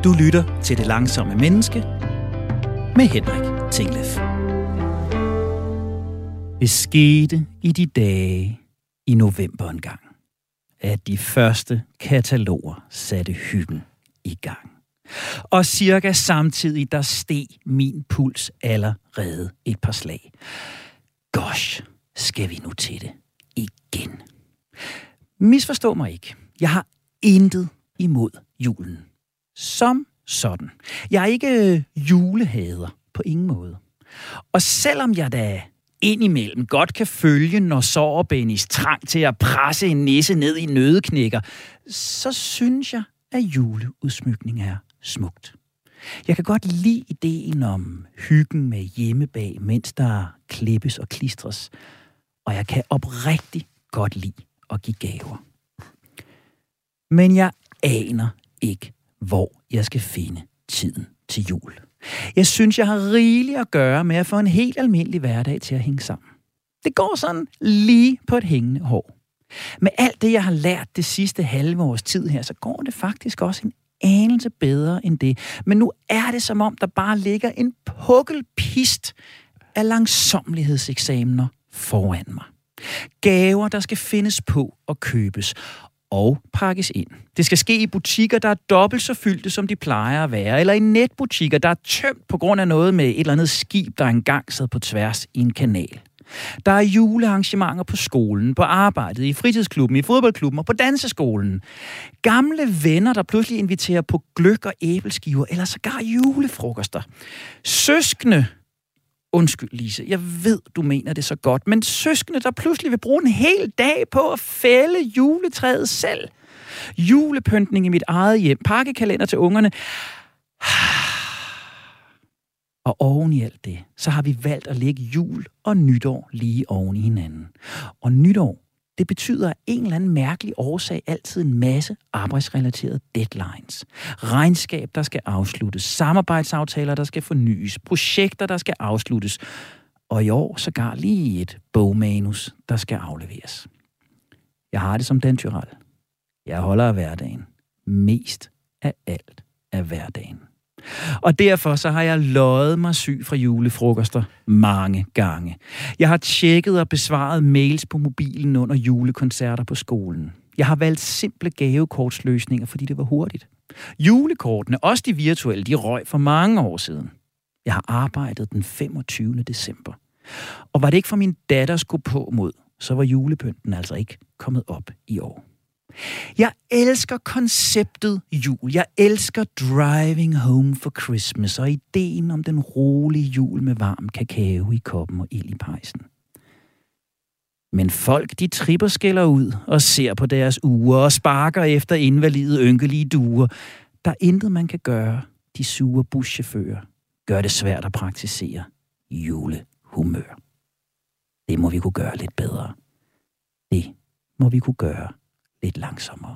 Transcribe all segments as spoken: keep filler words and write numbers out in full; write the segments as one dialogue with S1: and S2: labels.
S1: Du lytter til Det Langsomme Menneske med Henrik Tinglef. Det skete i de dage i november engang, at de første kataloger satte hyggen i gang. Og cirka samtidig, der steg min puls allerede et par slag. Gosh, skal vi nu til det igen? Misforstå mig ikke. Jeg har intet imod julen. Som sådan. Jeg er ikke julehader på ingen måde. Og selvom jeg da indimellem godt kan følge, når Sorbennis trang til at presse en nisse ned i nøddeknækker, så synes jeg, at juleudsmykning er smukt. Jeg kan godt lide ideen om hyggen med hjemmebag, mens der klippes og klistres. Og jeg kan oprigtigt godt lide at give gaver. Men jeg aner ikke, hvor jeg skal finde tiden til jul. Jeg synes, jeg har rigeligt at gøre med at få en helt almindelig hverdag til at hænge sammen. Det går sådan lige på et hængende hår. Med alt det, jeg har lært det sidste halve års tid her, så går det faktisk også en anelse bedre end det. Men nu er det som om, der bare ligger en pukkelpist af langsomlighedseksamener foran mig. Gaver, der skal findes på og købes og pakkes ind. Det skal ske i butikker, der er dobbelt så fyldte, som de plejer at være, eller i netbutikker, der er tømt på grund af noget med et eller andet skib, der engang sad på tværs i en kanal. Der er julearrangementer på skolen, på arbejdet, i fritidsklubben, i fodboldklubben og på danseskolen. Gamle venner, der pludselig inviterer på gløgg og æbleskiver, eller sågar julefrokoster. Søskende, undskyld Lise, jeg ved, du mener det så godt, men søskende, der pludselig vil bruge en hel dag på at fælde juletræet selv. Julepyntning i mit eget hjem, pakkekalender til ungerne. Og oven i alt det, så har vi valgt at lægge jul og nytår lige oven i hinanden. Og nytår, det betyder af en eller anden mærkelig årsag altid en masse arbejdsrelaterede deadlines. Regnskab, der skal afsluttes, samarbejdsaftaler, der skal fornyes, projekter, der skal afsluttes, og i år sågar lige et bogmanus, der skal afleveres. Jeg har det som Dan Tyrell. Jeg holder af hverdagen. Mest af alt af hverdagen. Og derfor så har jeg løjet mig syg fra julefrokoster mange gange. Jeg har tjekket og besvaret mails på mobilen under julekoncerter på skolen. Jeg har valgt simple gavekortsløsninger, fordi det var hurtigt. Julekortene, også de virtuelle, de røg for mange år siden. Jeg har arbejdet den femogtyvende december. Og var det ikke for min datter skulle på mod, så var julepynten altså ikke kommet op i år. Jeg elsker konceptet jul. Jeg elsker driving home for Christmas og ideen om den rolige jul med varm kakao i koppen og ild i pejsen. Men folk, de tripper skælder ud og ser på deres uger og sparker efter invalide, ynkelige duer. Der er intet, man kan gøre. De sure buschauffører gør det svært at praktisere julehumør. Det må vi kunne gøre lidt bedre. Det må vi kunne gøre lidt langsommere.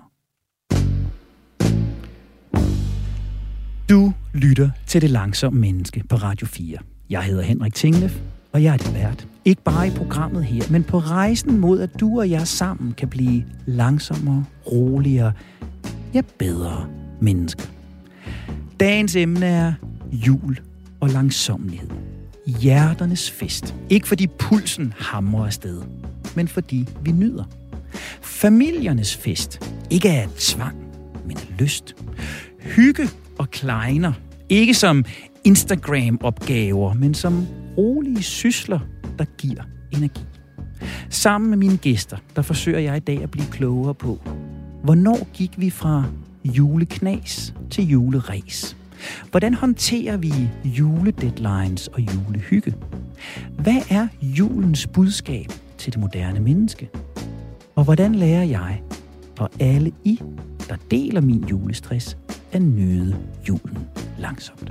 S1: Du lytter til Det Langsomme Menneske på Radio fire. Jeg hedder Henrik Tinglef, og jeg er dit vært. Ikke bare i programmet her, men på rejsen mod, at du og jeg sammen kan blive langsommere, roligere, ja, bedre mennesker. Dagens emne er jul og langsommelighed. Hjerternes fest. Ikke fordi pulsen hamrer afsted, men fordi vi nyder. Familiernes fest. Ikke af tvang, men af lyst. Hygge og kleiner. Ikke som Instagram-opgaver, men som rolige sysler, der giver energi. Sammen med mine gæster, der forsøger jeg i dag at blive klogere på, hvornår gik vi fra juleknas til juleræs? Hvordan håndterer vi juledeadlines og julehygge? Hvad er julens budskab til det moderne menneske? Og hvordan lærer jeg og alle I, der deler min julestress, at nyde julen langsomt?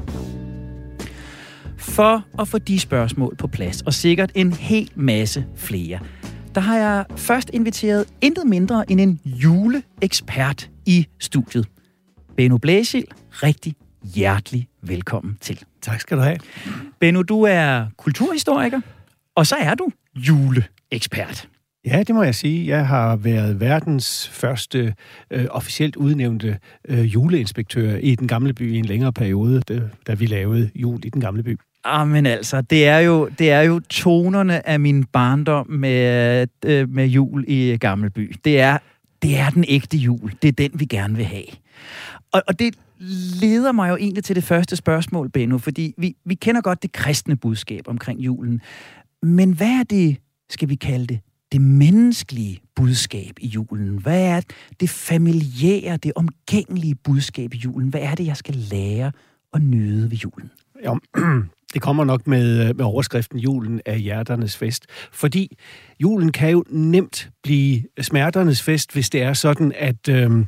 S1: For at få de spørgsmål på plads, og sikkert en hel masse flere, der har jeg først inviteret intet mindre end en juleekspert i studiet. Benno Blæsild, rigtig hjertelig velkommen til.
S2: Tak skal du have.
S1: Benno, du er kulturhistoriker, og så er du juleekspert.
S2: Ja, det må jeg sige. Jeg har været verdens første øh, officielt udnævnte øh, juleinspektør i Den Gamle By i en længere periode, da, da vi lavede jul i Den Gamle By.
S1: Ah, men altså, det er jo, det er jo tonerne af min barndom med, øh, med jul i Gammelby. Det er, det er den ægte jul. Det er den, vi gerne vil have. Og, og det leder mig jo egentlig til det første spørgsmål, Benno, fordi vi, vi kender godt det kristne budskab omkring julen. Men hvad er det, skal vi kalde det, det menneskelige budskab i julen? Hvad er det familiære, det omgængelige budskab i julen? Hvad er det, jeg skal lære og nyde ved julen?
S2: Ja, det kommer nok med, med overskriften julen er hjerternes fest. Fordi julen kan jo nemt blive smerternes fest, hvis det er sådan, at, øh,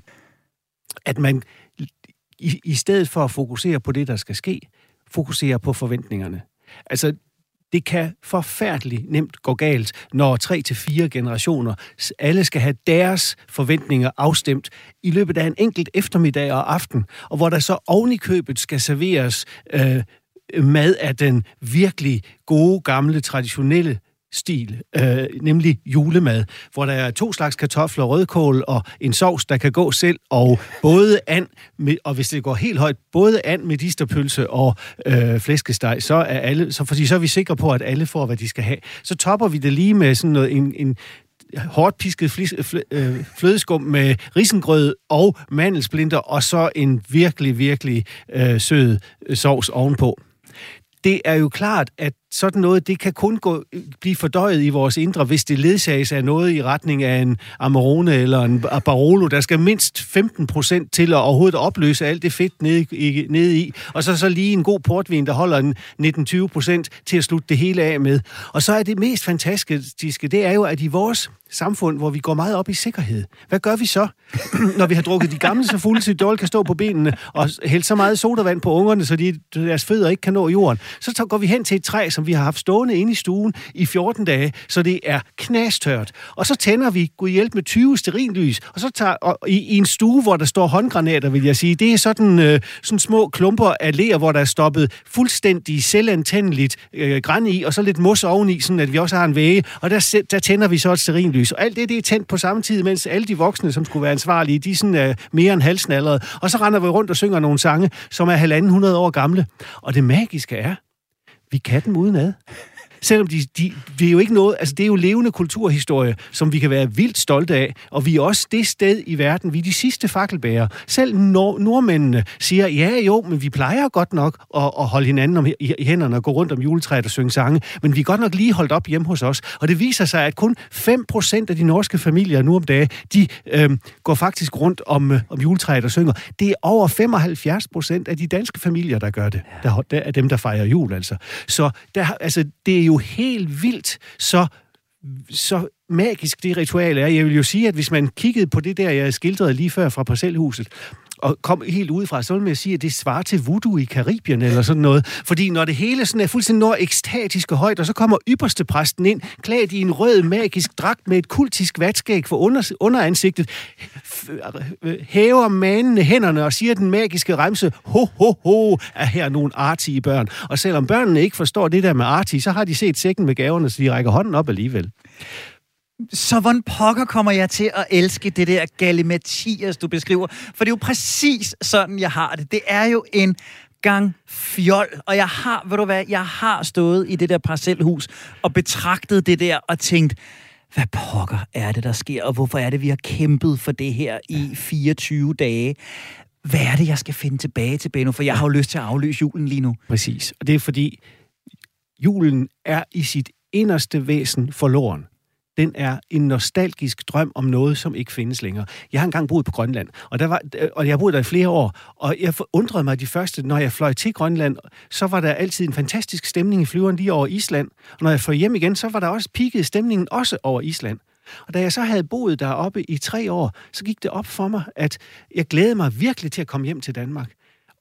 S2: at man i, i stedet for at fokusere på det, der skal ske, fokuserer på forventningerne. Altså, det kan forfærdeligt nemt gå galt, når tre til fire generationer alle skal have deres forventninger afstemt i løbet af en enkelt eftermiddag og aften, og hvor der så oven i købet skal serveres øh, mad af den virkelig gode, gamle, traditionelle stil, øh, nemlig julemad, hvor der er to slags kartofler, rødkål og en sovs, der kan gå selv, og både and, med, og hvis det går helt højt, både and, medisterpølse og øh, flæskesteg, så er alle, så, fordi så er vi sikre på, at alle får, hvad de skal have. Så topper vi det lige med sådan noget, en, en hårdt pisket flis, fl, øh, flødeskum med risengrød og mandelsplinter, og så en virkelig, virkelig øh, sød sovs ovenpå. Det er jo klart, at sådan noget, det kan kun gå, blive fordøjet i vores indre, hvis det ledsages af noget i retning af en Amarone eller en Barolo. Der skal mindst femten procent til at overhovedet opløse alt det fedt nede i, nede i. Og så, så lige en god portvin, der holder en nitten til tyve procent til at slutte det hele af med. Og så er det mest fantastiske, det er jo, at i vores samfund, hvor vi går meget op i sikkerhed, hvad gør vi så, når vi har drukket de gamle så fulde, så de dårligt kan stå på benene, og hældt så meget sodavand på ungerne, så de, deres fødder ikke kan nå jorden? Så går vi hen til et træ, som vi har haft stående inde i stuen i fjorten dage, så det er knastørt. Og så tænder vi, Gud hjælp, med tyve stearinlys, og så tager og i, i en stue, hvor der står håndgranater, vil jeg sige. Det er sådan, øh, sådan små klumper af ler, hvor der er stoppet fuldstændig selvantændeligt øh, græn i, og så lidt mos oveni, sådan at vi også har en væge, og der, der tænder vi så et stearinlys. Og alt det, det er tændt på samme tid, mens alle de voksne, som skulle være ansvarlige, de er sådan øh, mere end halvsnallerede. Og så render vi rundt og synger nogle sange, som er halvanden hundrede år gamle. Og det magiske er, vi kan dem udenad. Selvom de, de, det er jo ikke noget, altså det er jo levende kulturhistorie, som vi kan være vildt stolte af, og vi er også det sted i verden, vi er de sidste fakkelbærere. Selv nord- nordmændene siger, ja jo, men vi plejer godt nok at, at holde hinanden om, i, i hænderne og gå rundt om juletræet og synge sange, men vi er godt nok lige holdt op hjemme hos os, og det viser sig, at kun fem procent af de norske familier nu om dagen, de øh, går faktisk rundt om, øh, om juletræet og synger. Det er over femoghalvfjerds procent af de danske familier, der gør det. Der, der er dem, der fejrer jul, altså. Så der, altså, det er jo helt vildt, så, så magisk det ritual er. Jeg vil jo sige, at hvis man kiggede på det der, jeg skildrede lige før fra parcelhuset, og kom helt udefra, så vil man sige, at det svarer til voodoo i Karibien eller sådan noget. Fordi når det hele sådan er fuldstændig når ekstatisk og højt, og så kommer ypperste præsten ind, klædt i en rød magisk dragt med et kultisk vatskæg for under, underansigtet, hæver manende hænderne og siger den magiske remse, ho, ho, ho, er her nogle artige børn. Og selvom børnene ikke forstår det der med artige, så har de set sækken med gaverne, så de rækker hånden op alligevel.
S1: Så hvordan pokker kommer jeg til at elske det der galimatias, du beskriver? For det er jo præcis sådan, jeg har det. Det er jo en gang fjol, og jeg har, ved du hvad, jeg har stået i det der parcelhus og betragtet det der og tænkt, hvad pokker er det, der sker, og hvorfor er det, vi har kæmpet for det her i fireogtyve dage? Hvad er det, jeg skal finde tilbage til, Benno? For jeg har jo lyst til at afløse julen lige nu.
S2: Præcis, og det er fordi, julen er i sit inderste væsen forloren. Den er en nostalgisk drøm om noget, som ikke findes længere. Jeg har engang boet på Grønland, og, der var, og jeg har boet der i flere år, og jeg undrede mig de første, når jeg fløj til Grønland, så var der altid en fantastisk stemning i flyveren lige over Island, og når jeg fløj hjem igen, så var der også peaket stemningen også over Island. Og da jeg så havde boet deroppe i tre år, så gik det op for mig, at jeg glædede mig virkelig til at komme hjem til Danmark.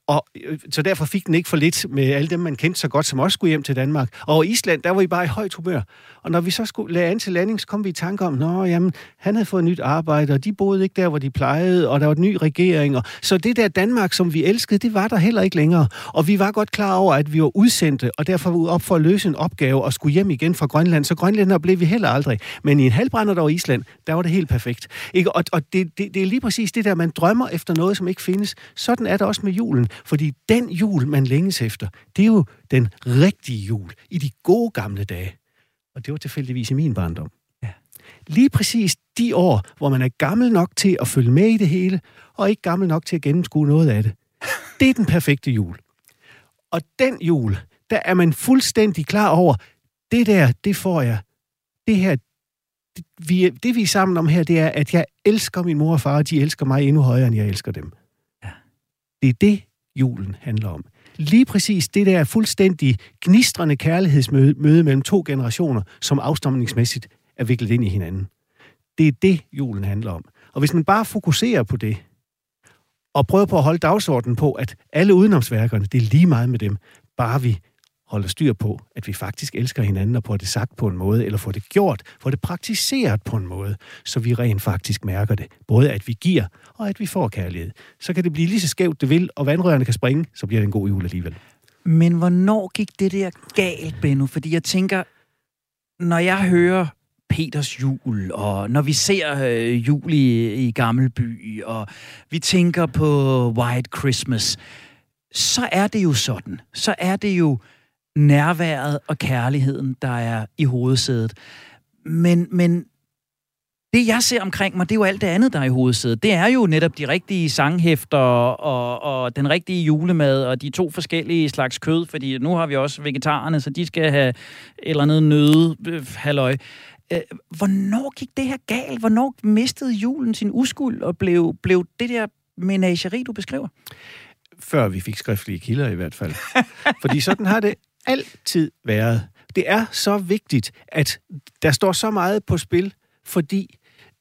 S2: Og så derfor fik den ikke for lidt med alle dem, man kendte så godt, som også skulle hjem til Danmark. Og i Island, der var vi bare i højt humør. Og når vi så skulle lade an til landing, så kom vi i tanke om, nå, jamen, han havde fået nyt arbejde, og de boede ikke der, hvor de plejede, og der var en ny regering. Og så det der Danmark, som vi elskede, det var der heller ikke længere. Og vi var godt klar over, at vi var udsendte, og derfor var vi op for at løse en opgave og skulle hjem igen fra Grønland. Så grønlænder blev vi heller aldrig. Men i en halvbrænder, der var Island, der var det helt perfekt. Ikke? Og, og det, det, det er lige præcis det der, man drømmer efter noget, som ikke findes. Sådan er det også med julen. Fordi den jul, man længes efter, det er jo den rigtige jul i de gode gamle dage. Og det var tilfældigvis i min barndom. Ja. Lige præcis de år, hvor man er gammel nok til at følge med i det hele, og ikke gammel nok til at gennemskue noget af det. Det er den perfekte jul. Og den jul, der er man fuldstændig klar over, det der, det får jeg. Det her, det vi, det vi er sammen om her, det er, at jeg elsker min mor og far, og de elsker mig endnu højere, end jeg elsker dem. Ja. Det er det, julen handler om. Lige præcis det der fuldstændig gnistrende kærlighedsmøde møde mellem to generationer, som afstamningsmæssigt er viklet ind i hinanden. Det er det, julen handler om. Og hvis man bare fokuserer på det, og prøver på at holde dagsordenen på, at alle udenomsværkerne, det er lige meget med dem, bare vi holder styr på, at vi faktisk elsker hinanden, og får det sagt på en måde, eller får det gjort, får det praktiseret på en måde, så vi rent faktisk mærker det. Både at vi giver, og at vi får kærlighed. Så kan det blive lige så skævt det vil, og vandrørene kan springe, så bliver det en god jul alligevel. Men hvornår gik det der galt, Benno? Fordi jeg tænker, når jeg hører Peters jul, og når vi ser øh, jul i, i Gammelby, og vi tænker på White Christmas, så er det jo sådan. Så er det jo nærværet og kærligheden, der er i hovedsædet. Men, men det, jeg ser omkring mig, det er jo alt det andet, der er i hovedsædet. Det er jo netop de rigtige sanghæfter og, og den rigtige julemad og de to forskellige slags kød, fordi nu har vi også vegetarerne, så de skal have et eller andet nøde øh, halløj. Øh, hvornår gik det her galt? Hvornår mistede julen sin uskuld og blev, blev det der menageri, du beskriver? Før vi fik skriftlige kilder i hvert fald. Fordi sådan har det altid været. Det er så vigtigt, at der står så meget på spil, fordi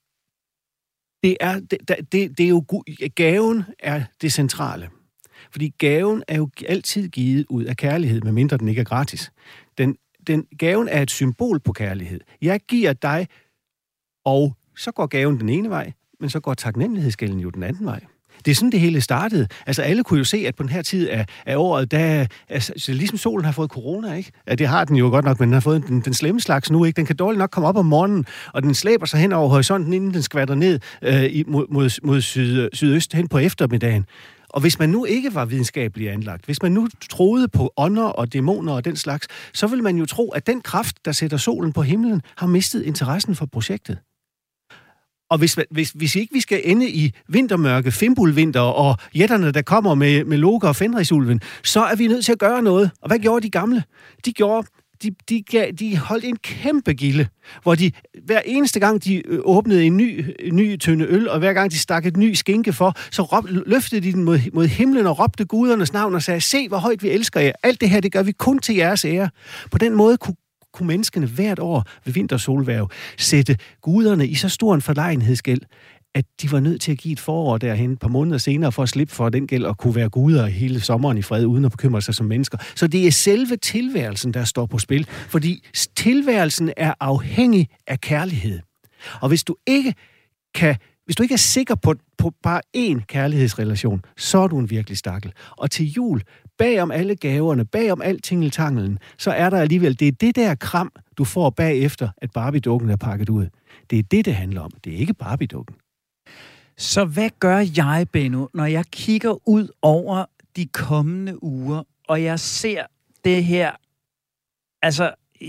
S2: det er, det, det, det er jo, gaven er det centrale. Fordi gaven er jo altid givet ud af kærlighed, medmindre den ikke er gratis. Den, den, gaven er et symbol på kærlighed. Jeg giver dig, og så går gaven den ene vej, men så går taknemmelighedsgælden jo den anden vej. Det er sådan, det hele startede. Altså, alle kunne jo se, at på den her tid af, af året, der, altså, ligesom solen har fået corona, ikke? Ja, det har den jo godt nok, men den har fået den, den slemme slags nu, ikke? Den kan dårligt nok komme op om morgenen, og den slæber sig hen over horisonten, inden den skvatter ned øh, mod, mod, mod syd, sydøst hen på eftermiddagen. Og hvis man nu ikke var videnskabeligt anlagt, hvis man nu troede på ånder og dæmoner og den slags, så ville man jo tro, at den kraft, der sætter solen på himlen, har mistet interessen for projektet. Og hvis, hvis, hvis ikke vi skal ende i vintermørke, fimbulvinter og jætterne, der kommer med, med Loke og Fenrisulven, så er vi nødt til at gøre noget. Og hvad gjorde de gamle? De gjorde, de, de, de holdt en kæmpe gilde, hvor de hver eneste gang, de åbnede en ny, en ny tønde øl, og hver gang de stak et ny skinke for, så råb, løftede de den mod, mod himlen og råbte gudernes navn og sagde, se hvor højt vi elsker jer. Alt det her, det gør vi kun til jeres ære. På den måde kunne kunne menneskene hvert år ved vintersolværv sætte guderne i så stor en forlegenhedsgæld, at de var nødt til at give et forår derhen et par måneder senere for at slippe for den gæld og kunne være guder hele sommeren i fred, uden at bekymre sig som mennesker. Så det er selve tilværelsen, der står på spil, fordi tilværelsen er afhængig af kærlighed. Og hvis du ikke kan Hvis du ikke er sikker på, på bare én kærlighedsrelation, så er du en virkelig stakkel. Og til jul, bagom alle gaverne, bagom alt tingeltangelen, så er der alligevel, det er det der kram, du får bagefter, at Barbie-dukken er pakket ud. Det er det, det handler om. Det er ikke Barbie-dukken. Så hvad gør jeg, Benno, når jeg kigger ud over de kommende uger, og jeg ser det her, altså,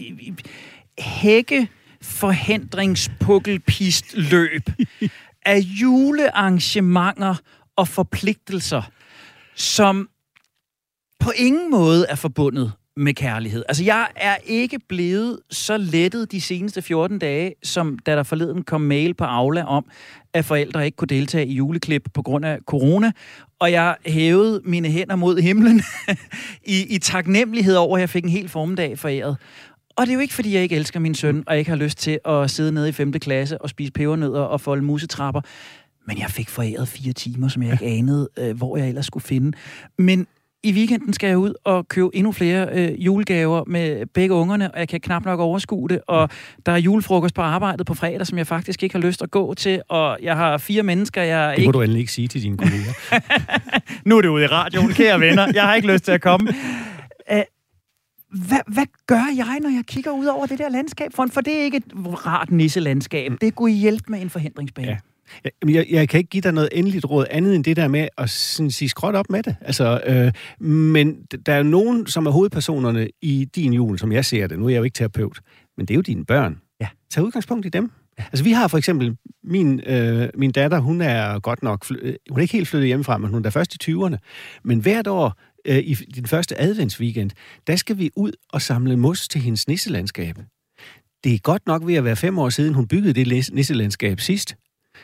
S2: hække forhindringspukkelpistløb af julearrangementer og forpligtelser, som på ingen måde er forbundet med kærlighed. Altså, jeg er ikke blevet så lettet de seneste fjorten dage, som da der forleden kom mail på Aula om, at forældre ikke kunne deltage i juleklip på grund af corona, og jeg hævede mine hænder mod himlen i, i taknemmelighed over, at jeg fik en hel formiddag foræret. Og det er jo ikke, fordi jeg ikke elsker min søn, og ikke har lyst til at sidde nede i femte klasse og spise pebernødder og folde musetrapper.
S1: Men jeg fik foræret fire timer, som jeg ikke anede, øh, hvor jeg ellers skulle finde. Men i weekenden skal jeg ud og købe endnu flere øh, julegaver med begge ungerne, og jeg kan knap nok overskue det, og der er julefrokost på arbejdet på fredag, som jeg faktisk ikke har lyst at gå til, og jeg har fire mennesker, jeg
S2: det
S1: ikke...
S2: må du endelig ikke sige til dine kolleger.
S1: Nu er det ude i radioen, kære venner. Jeg har ikke lyst til at komme. Æh, hvad, hvad gør jeg, når jeg kigger ud over det der landskab? For, for det er ikke et rart nisselandskab. Det kunne hjælpe med en forhindringsbane. Ja.
S2: Jeg, jeg kan ikke give dig noget endeligt råd andet end det der med at sådan, sige skråt op med det. Altså, øh, men der er nogen, som er hovedpersonerne i din jul, som jeg ser det. Nu er jeg jo ikke terapeut, men det er jo dine børn.
S1: Ja.
S2: Tag udgangspunkt i dem. Ja. Altså, vi har for eksempel min, øh, min datter, hun er godt nok, fly- hun er ikke helt flyttet hjemmefra, men hun er først i tyverne. Men hvert år øh, i din første adventsweekend, der skal vi ud og samle mos til hendes nisselandskab. Det er godt nok ved at være fem år siden, hun byggede det nisselandskab sidst.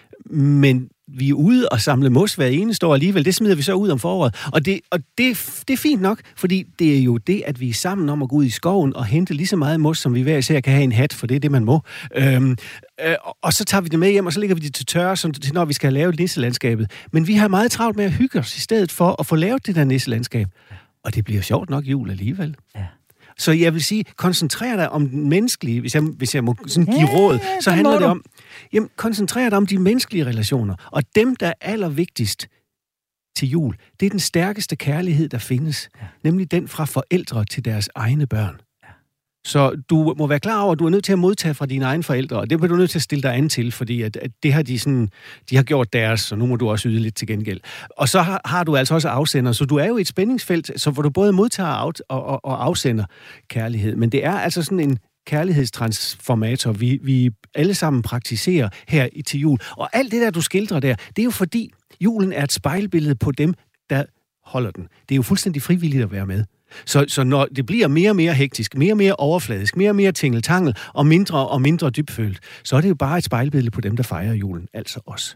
S2: Men vi er ude og samle mos hver eneste år alligevel. Det smider vi så ud om foråret. Og, det, og det, det er fint nok, fordi det er jo det, at vi er sammen om at gå ud i skoven og hente lige så meget mos, som vi hver især kan have en hat, for det er det, man må. Øhm, øh, og så tager vi det med hjem, og så lægger vi det til tørre, som, når vi skal have lavet nisselandskabet. Men vi har meget travlt med at hygge os i stedet for at få lavet det der nisselandskab. Og det bliver sjovt nok jul alligevel. Ja. Så jeg vil sige, koncentrer dig om den menneskelige, hvis jeg, hvis jeg må sådan give ja, råd, så handler det om, jamen, koncentrer dig om de menneskelige relationer. Og dem, der er allervigtigst til jul, det er den stærkeste kærlighed, der findes. Ja. Nemlig den fra forældre til deres egne børn. Ja. Så du må være klar over, at du er nødt til at modtage fra dine egne forældre, og det bliver du nødt til at stille dig an til, fordi at, at det har de, sådan, de har gjort deres, så nu må du også yde lidt til gengæld. Og så har, har du altså også afsender, så du er jo i et spændingsfelt, så hvor du både modtager og, og, og afsender kærlighed. Men det er altså sådan en kærlighedstransformator, vi, vi alle sammen praktiserer her i til jul. Og alt det der, du skildrer der, det er jo fordi, julen er et spejlbillede på dem, der holder den. Det er jo fuldstændig frivilligt at være med. Så, så når det bliver mere og mere hektisk, mere og mere overfladisk, mere og mere tingeltangel, og mindre og mindre dybfølt, så er det jo bare et spejlbillede på dem, der fejrer julen, altså os.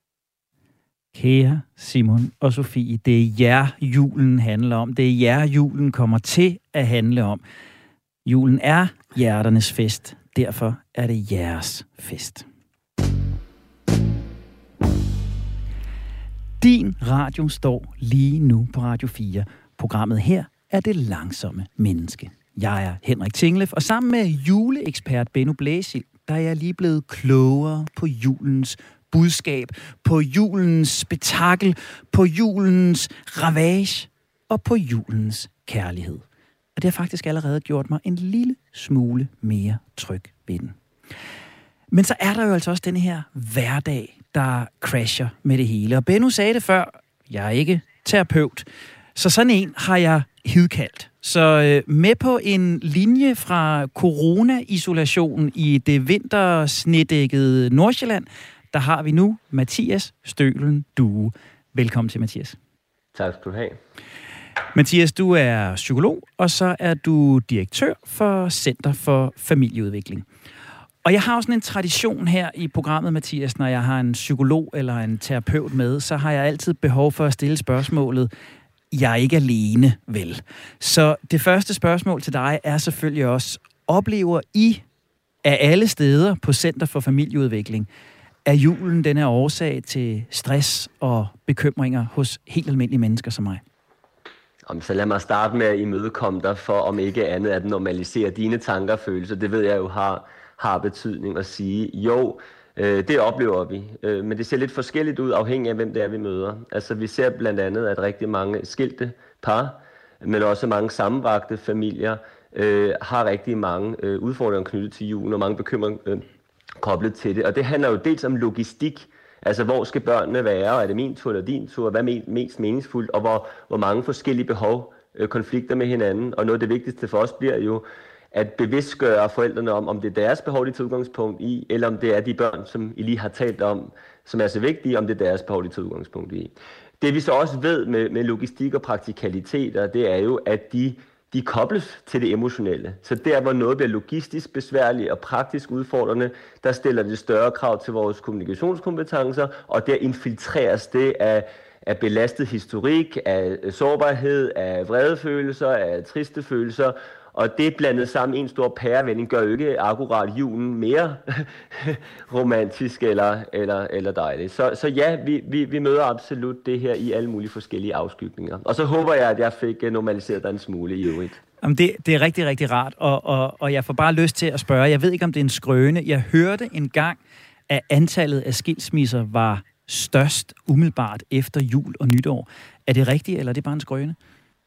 S1: Kære Simon og Sofie, det er jer, julen handler om. Det er jer, julen kommer til at handle om. Julen er hjerternes fest. Derfor er det jeres fest. Din radio står lige nu på Radio fire. Programmet her er Det Langsomme Menneske. Jeg er Henrik Tinglef, og sammen med juleekspert Benno Blæsild, der er jeg lige blevet klogere på julens budskab, på julens spektakel, på julens ravage og på julens kærlighed. Og det har faktisk allerede gjort mig en lille smule mere tryg ved den. Men så er der jo altså også denne her hverdag, der crasher med det hele. Og Benno sagde det før, jeg er ikke terapeut, så sådan en har jeg hidkaldt. Så øh, med på en linje fra corona-isolationen i det vintersnedækkede Nordsjælland, der har vi nu Mathias Stølen Due. Velkommen til, Mathias.
S3: Tak skal du have.
S1: Mathias, du er psykolog, og så er du direktør for Center for Familieudvikling. Og jeg har også sådan en tradition her i programmet, Mathias, når jeg har en psykolog eller en terapeut med, så har jeg altid behov for at stille spørgsmålet, jeg er ikke alene, vel? Så det første spørgsmål til dig er selvfølgelig også, oplever I af alle steder på Center for Familieudvikling, er julen den er årsag til stress og bekymringer hos helt almindelige mennesker som mig?
S3: Så lad mig starte med at imødekomme dig for, om ikke andet at normalisere dine tanker og følelser. Det ved jeg jo har, har betydning at sige. Jo, øh, det oplever vi, øh, men det ser lidt forskelligt ud afhængig af, hvem det er, vi møder. Altså vi ser blandt andet, at rigtig mange skilte par, men også mange sammenbragte familier, øh, har rigtig mange øh, udfordringer knyttet til julen og mange bekymringer øh, koblet til det. Og det handler jo dels om logistik. Altså, hvor skal børnene være, og er det min tur eller din tur, hvad er mest meningsfuldt, og hvor, hvor mange forskellige behov, øh, konflikter med hinanden. Og noget af det vigtigste for os bliver jo at bevidstgøre forældrene om, om det er deres behov, de tager udgangspunkt i, eller om det er de børn, som I lige har talt om, som er så vigtige, om det er deres behov, de tager udgangspunkt i. Det vi så også ved med, med logistik og praktikaliteter, det er jo, at de de kobles til det emotionelle. Så der, hvor noget bliver logistisk besværligt og praktisk udfordrende, der stiller det større krav til vores kommunikationskompetencer, og der infiltreres det af, af belastet historik, af sårbarhed, af vrede følelser, af triste følelser, Og det blandet sammen i en stor pærevending gør jo ikke akkurat julen mere romantisk eller, eller, eller dejlig. Så, så ja, vi, vi, vi møder absolut det her i alle mulige forskellige afskygninger. Og så håber jeg, at jeg fik normaliseret dig en smule i øvrigt.
S1: Jamen det, det er rigtig, rigtig rart, og, og, og jeg får bare lyst til at spørge. Jeg ved ikke, om det er en skrøne. Jeg hørte engang, at antallet af skilsmisser var størst umiddelbart efter jul og nytår. Er det rigtigt, eller er det bare en skrøne?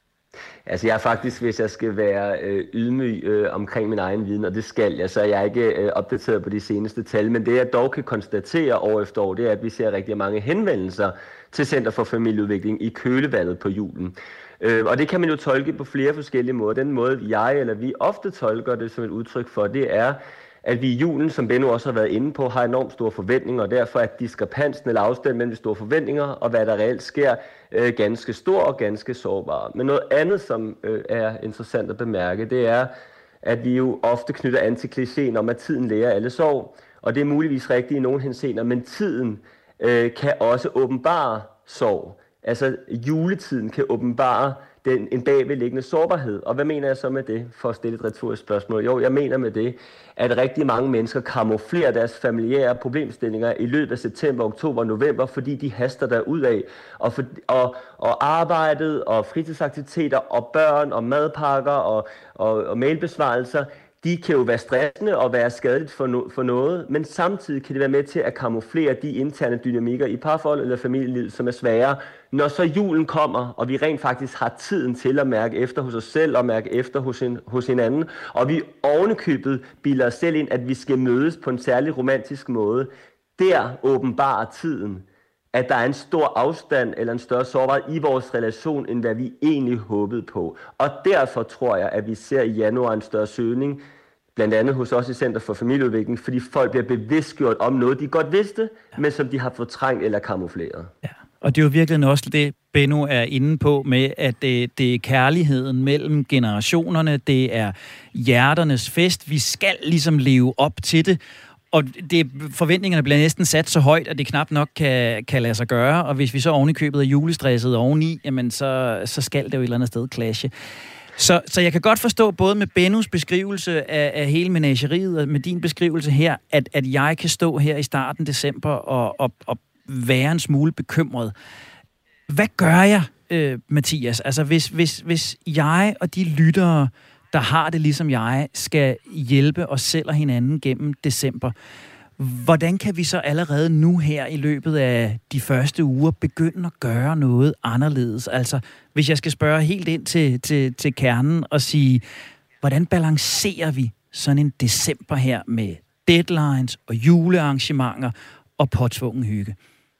S3: Altså jeg er faktisk, hvis jeg skal være øh, ydmyg øh, omkring min egen viden, og det skal jeg, så er jeg ikke øh, opdateret på de seneste tal, men det jeg dog kan konstatere år efter år, det er, at vi ser rigtig mange henvendelser til Center for Familieudvikling i kølevandet på julen. Øh, og det kan man jo tolke på flere forskellige måder. Den måde jeg eller vi ofte tolker det som et udtryk for, det er, at vi i julen, som Benno også har været inde på, har enormt store forventninger, og derfor er diskrepansen eller afstanden mellem de store forventninger og hvad der reelt sker, øh, ganske stor og ganske sårbar. Men noget andet, som øh, er interessant at bemærke, det er, at vi jo ofte knytter an til klichéen om, at tiden lærer alle sorg, og det er muligvis rigtigt i nogle henseender, men tiden øh, kan også åbenbare sorg. Altså juletiden kan åbenbare den, en bagvedliggende sårbarhed. Og hvad mener jeg så med det, for at stille et retorisk spørgsmål? Jo, jeg mener med det, at rigtig mange mennesker kamuflerer deres familiære problemstillinger i løbet af september, oktober og november, fordi de haster derudad. Og, for, og, og arbejdet og fritidsaktiviteter og børn og madpakker og, og, og mailbesvarelser, de kan jo være stressende og være skadeligt for, no, for noget, men samtidig kan det være med til at kamuflere de interne dynamikker i parforhold eller familielivet, som er svære. Når så julen kommer, og vi rent faktisk har tiden til at mærke efter hos os selv og mærke efter hos, en, hos hinanden, og vi ovenikøbet bilder os selv ind, at vi skal mødes på en særlig romantisk måde, der åbenbarer tiden, at der er en stor afstand eller en større sårbarhed i vores relation, end hvad vi egentlig håbede på. Og derfor tror jeg, at vi ser i januar en større søgning, blandt andet hos os i Center for Familieudvikling, fordi folk bliver bevidstgjort om noget, de godt vidste, men som de har fortrængt eller kamufleret. Ja.
S1: Og det er jo virkelig også det, Benno er inde på med, at det, det er kærligheden mellem generationerne, det er hjerternes fest. Vi skal ligesom leve op til det. Og det, forventningerne bliver næsten sat så højt, at det knap nok kan, kan lade sig gøre. Og hvis vi så oven i købet er julestresset oveni, jamen så, så skal det jo et eller andet sted clashe. Så, så jeg kan godt forstå både med Bennos beskrivelse af, af hele menageriet, og med din beskrivelse her, at, at jeg kan stå her i starten december og, og, og være en smule bekymret. Hvad gør jeg, øh, Mathias? Altså hvis, hvis, hvis jeg og de lyttere, der har det ligesom jeg, skal hjælpe os selv og hinanden gennem december. Hvordan kan vi så allerede nu her i løbet af de første uger begynde at gøre noget anderledes? Altså, hvis jeg skal spørge helt ind til, til, til kernen og sige, hvordan balancerer vi sådan en december her med deadlines og julearrangementer og påtvungen hygge?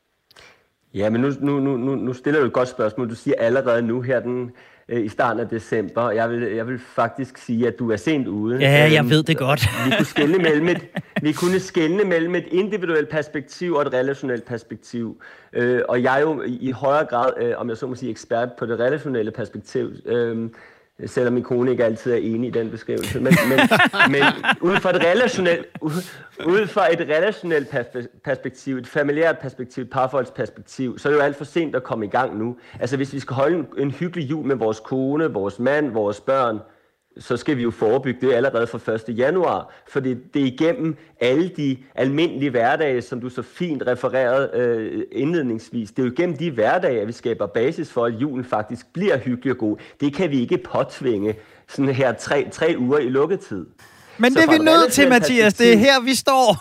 S3: Ja, men nu, nu, nu, nu stiller du et godt spørgsmål. Du siger allerede nu her den... i starten af december. Jeg vil, jeg vil faktisk sige, at du er sent ude.
S1: Ja, jeg ved det godt.
S3: Vi kunne skelne mellem et, vi kunne skelne mellem et individuelt perspektiv og et relationelt perspektiv. Øh, og jeg er jo i højere grad, øh, om jeg så må sige, ekspert på det relationelle perspektiv. Øh, selvom min kone ikke altid er enig i den beskrivelse. Men, men, men ud fra et relationelt, ud fra et relationelt perspektiv, et familiært perspektiv, et parforholdsperspektiv, så er det jo alt for sent at komme i gang nu. Altså hvis vi skal holde en, en hyggelig jul med vores kone, vores mand, vores børn, så skal vi jo forebygge det allerede fra første januar, for det, det er igennem alle de almindelige hverdage, som du så fint refererede øh, indledningsvis. Det er jo igennem de hverdage, at vi skaber basis for, at julen faktisk bliver hyggelig og god. Det kan vi ikke påtvinge sådan her tre, tre uger i lukketid.
S1: Men så det er vi nødt til, Mathias. Det er her, vi står.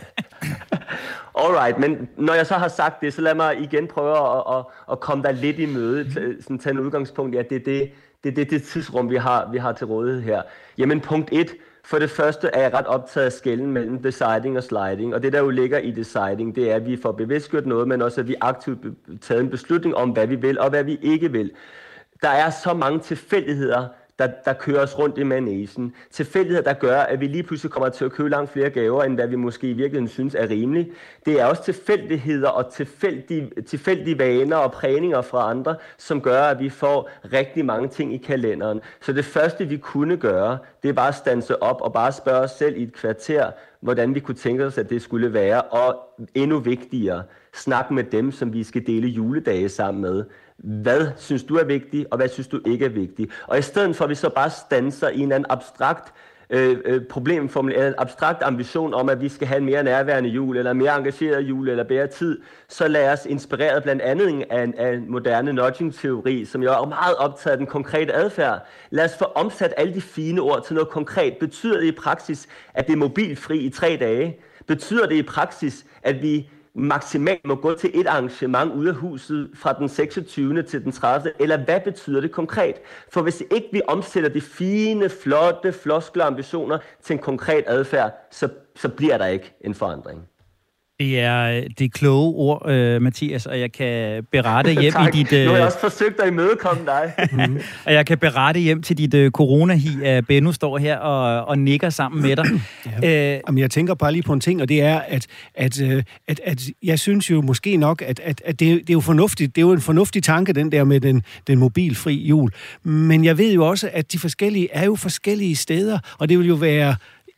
S3: Alright, men når jeg så har sagt det, så lad mig igen prøve at, at, at komme der lidt i møde. Sådan tage en udgangspunkt i, at det er det, det, det, det tidsrum, vi har, vi har til rådighed her. Jamen punkt et. For det første er jeg ret optaget af skelnen mellem deciding og sliding. Og det, der jo ligger i deciding, det er, at vi får bevidstgjort noget, men også, at vi aktivt tager en beslutning om, hvad vi vil og hvad vi ikke vil. Der er så mange tilfældigheder, Der, der kører os rundt i manesen. Tilfældigheder, der gør, at vi lige pludselig kommer til at købe langt flere gaver, end hvad vi måske i virkeligheden synes er rimeligt. Det er også tilfældigheder og tilfældige, tilfældige vaner og prægninger fra andre, som gør, at vi får rigtig mange ting i kalenderen. Så det første, vi kunne gøre, det er bare at standse op og bare spørge os selv i et kvarter, hvordan vi kunne tænke os, at det skulle være, og endnu vigtigere, snak med dem, som vi skal dele juledage sammen med. Hvad synes du er vigtigt, og hvad synes du ikke er vigtigt? Og i stedet for, at vi så bare standser i en eller anden abstrakt øh, øh, problemformel, eller en abstrakt ambition om, at vi skal have en mere nærværende jul, eller mere engageret jul, eller bedre tid, så lad os inspireret blandt andet af en, af en moderne nudging-teori, som jo er meget optaget af den konkrete adfærd. Lad os få omsat alle de fine ord til noget konkret. Betyder det i praksis, at det er mobilfri i tre dage? Betyder det i praksis, at vi maksimalt må gå til et arrangement ude af huset fra den seksogtyvende til den tredivte, eller hvad betyder det konkret? For hvis ikke vi omsætter de fine, flotte, floskler ambitioner til en konkret adfærd, så, så bliver der ikke en forandring.
S1: Det er det kloge ord, øh, Mathias, og jeg kan berette hjem i dit... Øh...
S3: Nu har jeg også forsøgt at imødekomme dig.
S1: mm. Og jeg kan berette hjem til dit øh, corona-hi, at Benno står her og, og nikker sammen med dig.
S2: Ja. Øh... Jamen, jeg tænker bare lige på en ting, og det er, at, at, at, at, at jeg synes jo måske nok, at, at, at det, det er jo fornuftigt. Det er jo en fornuftig tanke, den der med den, den mobilfri jul. Men jeg ved jo også, at de forskellige er jo forskellige steder, og det vil jo være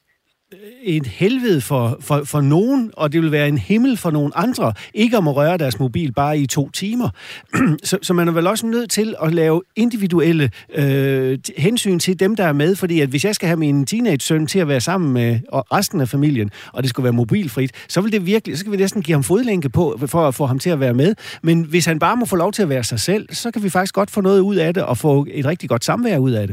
S2: et helvede for, for, for nogen, og det vil være en himmel for nogle andre, ikke om at røre deres mobil bare i to timer. så, så man er vel også nødt til at lave individuelle øh, hensyn til dem, der er med, fordi at hvis jeg skal have min teenage-søn til at være sammen med resten af familien, og det skulle være mobilfrit, så vil det virkelig, så skal vi næsten give ham fodlænke på, for at få ham til at være med. Men hvis han bare må få lov til at være sig selv, så kan vi faktisk godt få noget ud af det, og få et rigtig godt samvær ud af det.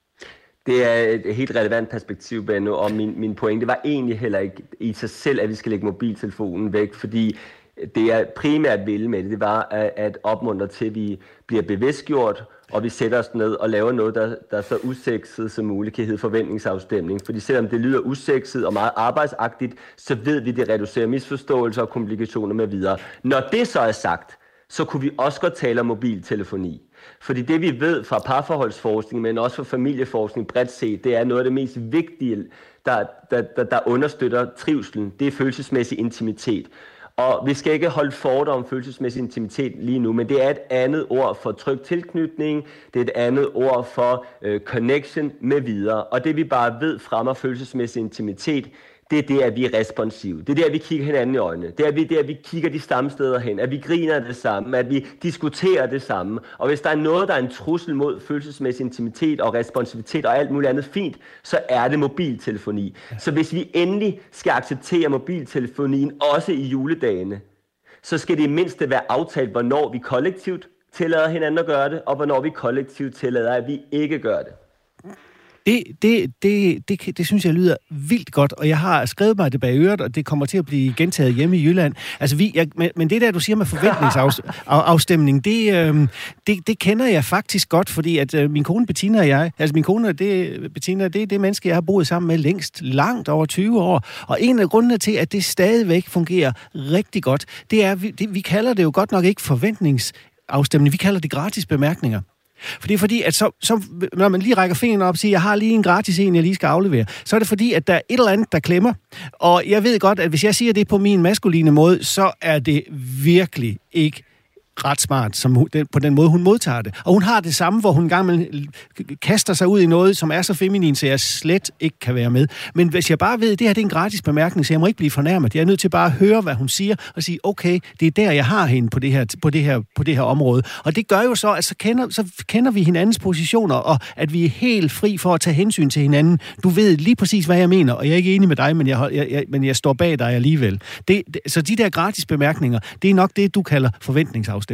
S3: Det er et helt relevant perspektiv, Benno, og min, min pointe var egentlig heller ikke i sig selv, at vi skal lægge mobiltelefonen væk, fordi det jeg primært ville med det, det var at, at opmuntre til, at vi bliver bevidstgjort, og vi sætter os ned og laver noget, der, der er så usekset som muligt, kan hedde forventningsafstemning. Fordi selvom det lyder usekset og meget arbejdsagtigt, så ved vi, det reducerer misforståelser og komplikationer med videre. Når det så er sagt, så kunne vi også godt tale om mobiltelefoni. Fordi det vi ved fra parforholdsforskning, men også fra familieforskning bredt set, det er noget af det mest vigtige, der, der, der, der understøtter trivselen. Det er følelsesmæssig intimitet. Og vi skal ikke holde fordom om følelsesmæssig intimitet lige nu, men det er et andet ord for tryg tilknytning, det er et andet ord for øh, connection med videre. Og det vi bare ved fremmer følelsesmæssig intimitet, det er det, at vi er responsive. Det er det, at vi kigger hinanden i øjnene. Det er det, at vi kigger de samme steder hen. At vi griner det samme. At vi diskuterer det samme. Og hvis der er noget, der er en trussel mod følelsesmæssig intimitet og responsivitet og alt muligt andet fint, så er det mobiltelefoni. Så hvis vi endelig skal acceptere mobiltelefonien også i juledagene, så skal det i mindste være aftalt, hvornår vi kollektivt tillader hinanden at gøre det, og hvornår vi kollektivt tillader, at vi ikke gør det.
S2: Det, det, det, det, det synes jeg lyder vildt godt, og jeg har skrevet mig det bag øret, og det kommer til at blive gentaget hjemme i Jylland. Altså, vi, jeg, men, men det der, du siger med forventningsafstemning, det, øh, det, det kender jeg faktisk godt, fordi at øh, min kone Bettina og jeg, altså min kone det, Bettina, det er det menneske, jeg har boet sammen med længst, langt over tyve år, og en af grundene til, at det stadigvæk fungerer rigtig godt, det er, vi, det, vi kalder det jo godt nok ikke forventningsafstemning, vi kalder det gratis bemærkninger. For det er fordi, at så, så, når man lige rækker fingeren op og siger, jeg har lige en gratis en, jeg lige skal aflevere, så er det fordi, at der er et eller andet, der klemmer. Og jeg ved godt, at hvis jeg siger det på min maskuline måde, så er det virkelig ikke ret smart, som hun, på den måde, hun modtager det. Og hun har det samme, hvor hun engang med, kaster sig ud i noget, som er så feminin, så jeg slet ikke kan være med. Men hvis jeg bare ved, at det her det er en gratis bemærkning, så jeg må ikke blive fornærmet. Jeg er nødt til bare at høre, hvad hun siger, og sige, okay, det er der, jeg har hende på det her, på det her, på det her område. Og det gør jo så, at så kender, så kender vi hinandens positioner, og at vi er helt fri for at tage hensyn til hinanden. Du ved lige præcis, hvad jeg mener, og jeg er ikke enig med dig, men jeg, jeg, jeg, men jeg står bag dig alligevel. Det, det, så de der gratis bemærkninger, det er nok det, du kalder forventningsafstemning.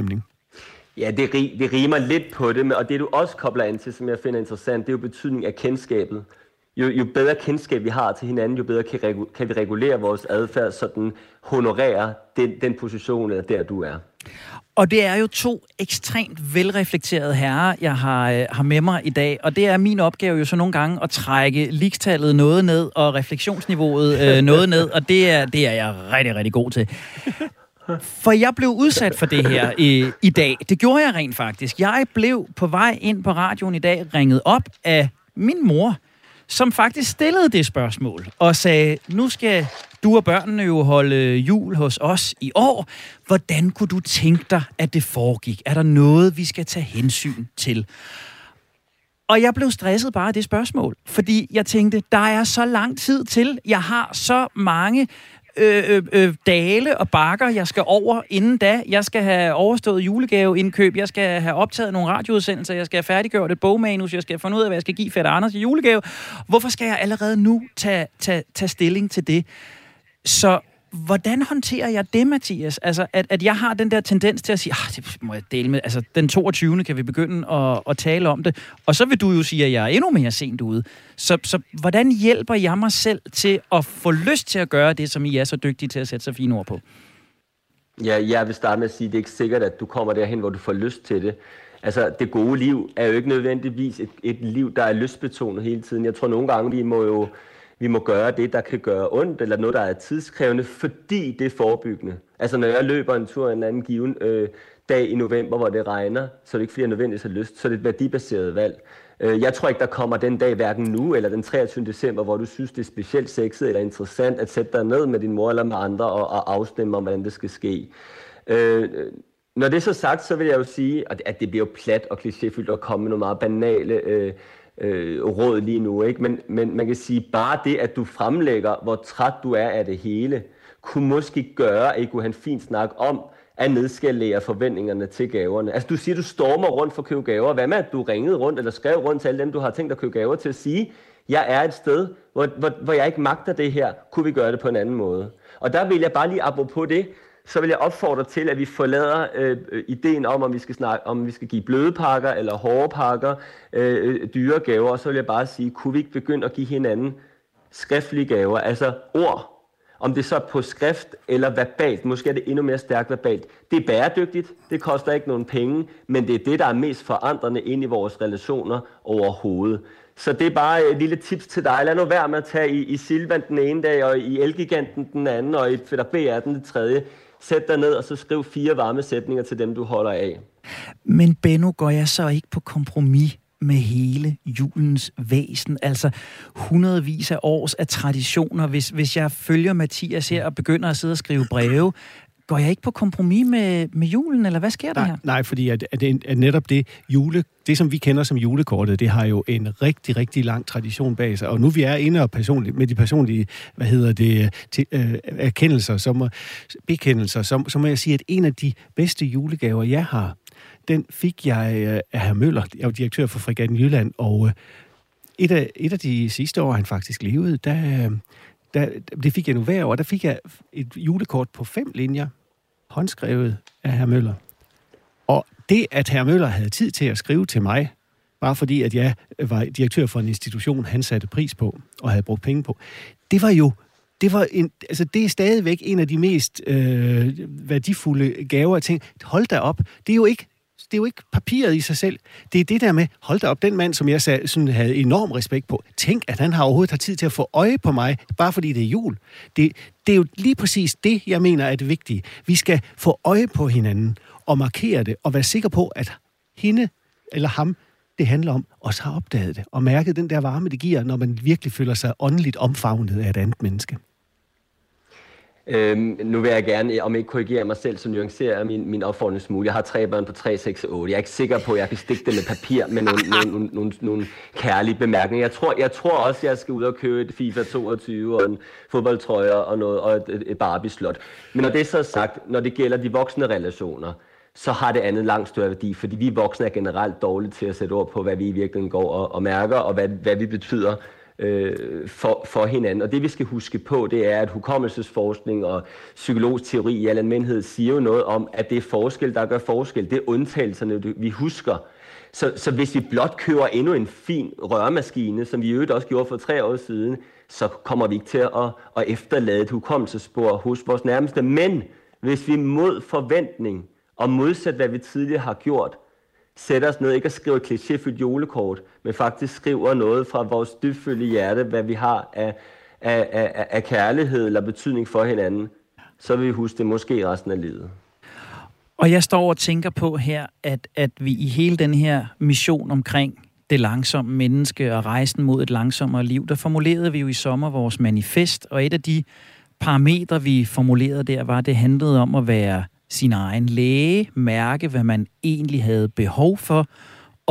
S3: Ja, det, det rimer lidt på det, og det du også kobler an til, som jeg finder interessant, det er jo betydning af kendskabet. Jo, jo bedre kendskab vi har til hinanden, jo bedre kan, regu- kan vi regulere vores adfærd, så den honorerer den, den position, der du er.
S1: Og det er jo to ekstremt velreflekterede herrer, jeg har, har med mig i dag. Og det er min opgave jo så nogle gange at trække ligestallet noget ned, og refleksionsniveauet øh, noget ned, og det er, det er jeg rigtig, rigtig god til. For jeg blev udsat for det her i, i dag. Det gjorde jeg rent faktisk. Jeg blev på vej ind på radioen i dag ringet op af min mor, som faktisk stillede det spørgsmål og sagde, nu skal du og børnene jo holde jul hos os i år. Hvordan kunne du tænke dig, at det foregik? Er der noget, vi skal tage hensyn til? Og jeg blev stresset bare af det spørgsmål, fordi jeg tænkte, der er så lang tid til, jeg har så mange øh, øh, øh, dale og bakker, jeg skal over inden da. Jeg skal have overstået julegaveindkøb, jeg skal have optaget nogle radioudsendelser, jeg skal have færdiggjort et bogmanus, jeg skal finde ud af, hvad jeg skal give Fætter Anders i julegave. Hvorfor skal jeg allerede nu tage, tage, tage stilling til det? Så hvordan håndterer jeg det, Mathias? Altså, at, at jeg har den der tendens til at sige, ah, det må jeg dele med. Altså, den toogtyvende kan vi begynde at, at tale om det. Og så vil du jo sige, at jeg er endnu mere sent ude. Så, så hvordan hjælper jeg mig selv til at få lyst til at gøre det, som I er så dygtige til at sætte så fine ord på?
S3: Ja, jeg vil starte med at sige, at det er ikke sikkert, at du kommer derhen, hvor du får lyst til det. Altså, det gode liv er jo ikke nødvendigvis et, et liv, der er lystbetonet hele tiden. Jeg tror nogle gange, vi må jo Vi må gøre det, der kan gøre ondt, eller noget, der er tidskrævende, fordi det er forebyggende. Altså, når jeg løber en tur en anden given øh, dag i november, hvor det regner, så er det ikke, fordi jeg nødvendigvis har lyst, så er det et værdibaseret valg. Øh, jeg tror ikke, der kommer den dag, hverken nu eller den treogtyvende december, hvor du synes, det er specielt sexet eller interessant at sætte dig ned med din mor eller med andre og, og afstemme om, hvordan det skal ske. Øh, når det er så sagt, så vil jeg jo sige, at det bliver jo plat og klichéfyldt at komme med nogle meget banale øh, Øh, råd lige nu, ikke? Men, men man kan sige, bare det, at du fremlægger, hvor træt du er af det hele, kunne måske gøre, at I kunne have en fin snak om at nedskalere forventningerne til gaverne. Altså, du siger, du stormer rundt for at købe gaver. Hvad med, at du ringede rundt eller skrev rundt til alle dem, du har tænkt at købe gaver til at sige, jeg er et sted, hvor, hvor, hvor jeg ikke magter det her. Kunne vi gøre det på en anden måde? Og der vil jeg bare lige, apropos det, så vil jeg opfordre til, at vi forlader øh, ideen om, om vi skal snakke, om vi skal give bløde pakker eller hårde pakker, øh, dyre gaver, og så vil jeg bare sige, kunne vi ikke begynde at give hinanden skriftlige gaver, altså ord, om det så er på skrift eller verbalt, måske er det endnu mere stærkt verbalt. Det er bæredygtigt, det koster ikke nogen penge, men det er det, der er mest forandrende ind i vores relationer overhovedet. Så det er bare et lille tips til dig. Lad nu være med at tage i, i Silvan den ene dag, og i Elgiganten den anden, og i Fætter B atten den tredje. Sæt dig ned, og så skriv fire varme sætninger til dem, du holder af.
S1: Men Benno, går jeg så ikke på kompromis med hele julens væsen? Altså hundredvis af års af traditioner. Hvis, hvis jeg følger Mathias her og begynder at sidde og skrive breve, går jeg ikke på kompromis med, med julen, eller hvad sker der
S2: nej,
S1: her?
S2: Nej, fordi at, at, at netop det jule, det som vi kender som julekortet, det har jo en rigtig, rigtig lang tradition bag sig. Og nu vi er inde og personligt, med de personlige, hvad hedder det, til, øh, erkendelser, som, bekendelser, så, så må jeg sige, at en af de bedste julegaver, jeg har, den fik jeg øh, af hr. Møller. Jeg var direktør for Fregatten Jylland, og øh, et, af, et af de sidste år, han faktisk levede, der... Øh, Der, det fik jeg nu hver år. Der fik jeg et julekort på fem linjer, håndskrevet af hr. Møller. Og det, at hr. Møller havde tid til at skrive til mig, bare fordi, at jeg var direktør for en institution, han satte pris på og havde brugt penge på, det var jo, det var en, altså det er stadigvæk en af de mest øh, værdifulde gaver. Jeg tænkte, hold da op, det er jo ikke Det er jo ikke papiret i sig selv. Det er det der med, hold da op, den mand, som jeg sagde, sådan, havde enorm respekt på. Tænk, at han har overhovedet har tid til at få øje på mig, bare fordi det er jul. Det, det er jo lige præcis det, jeg mener er det vigtige. Vi skal få øje på hinanden og markere det, og være sikker på, at hende eller ham, det handler om, også har opdaget det, og mærket den der varme, det giver, når man virkelig føler sig åndeligt omfavnet af et andet menneske.
S3: Øhm, nu vil jeg gerne, om ikke korrigere mig selv, så nuancerer min, min opfordring. Jeg har tre børn på tre, seks og otte. Jeg er ikke sikker på, at jeg kan stikke det med papir med nogle, nogle, nogle, nogle, nogle kærlige bemærkninger. Jeg tror, jeg tror også, at jeg skal ud og købe et FIFA toogtyve og en fodboldtrøje og, noget, og et, et Barbie-slot. Men når det er så sagt, når det gælder de voksne relationer, så har det andet langt større værdi, fordi vi voksne er generelt dårlige til at sætte ord på, hvad vi i virkeligheden går og, og mærker, og hvad, hvad vi betyder øh, for, for hinanden. Og det vi skal huske på, det er, at hukommelsesforskning og psykologisk teori i al almindelighed siger jo noget om, at det er forskel, der gør forskel. Det er undtagelserne, vi husker. Så, så hvis vi blot køber endnu en fin rørmaskine, som vi i øvrigt også gjorde for tre år siden, så kommer vi ikke til at, at efterlade et hukommelsesspor hos vores nærmeste. Men hvis vi mod forventning og modsat hvad vi tidligere har gjort, sætter os ned, ikke at skrive et klichéfyldt julekort, men faktisk skriver noget fra vores dybfølge hjerte, hvad vi har af, af, af, af kærlighed eller betydning for hinanden, så vil vi huske det måske resten af livet.
S1: Og jeg står og tænker på her, at, at vi i hele den her mission omkring det langsomme menneske og rejsen mod et langsommere liv, der formulerede vi jo i sommer vores manifest, og et af de parametre, vi formulerede der, var, at det handlede om at være sin egen læge, mærke, hvad man egentlig havde behov for, og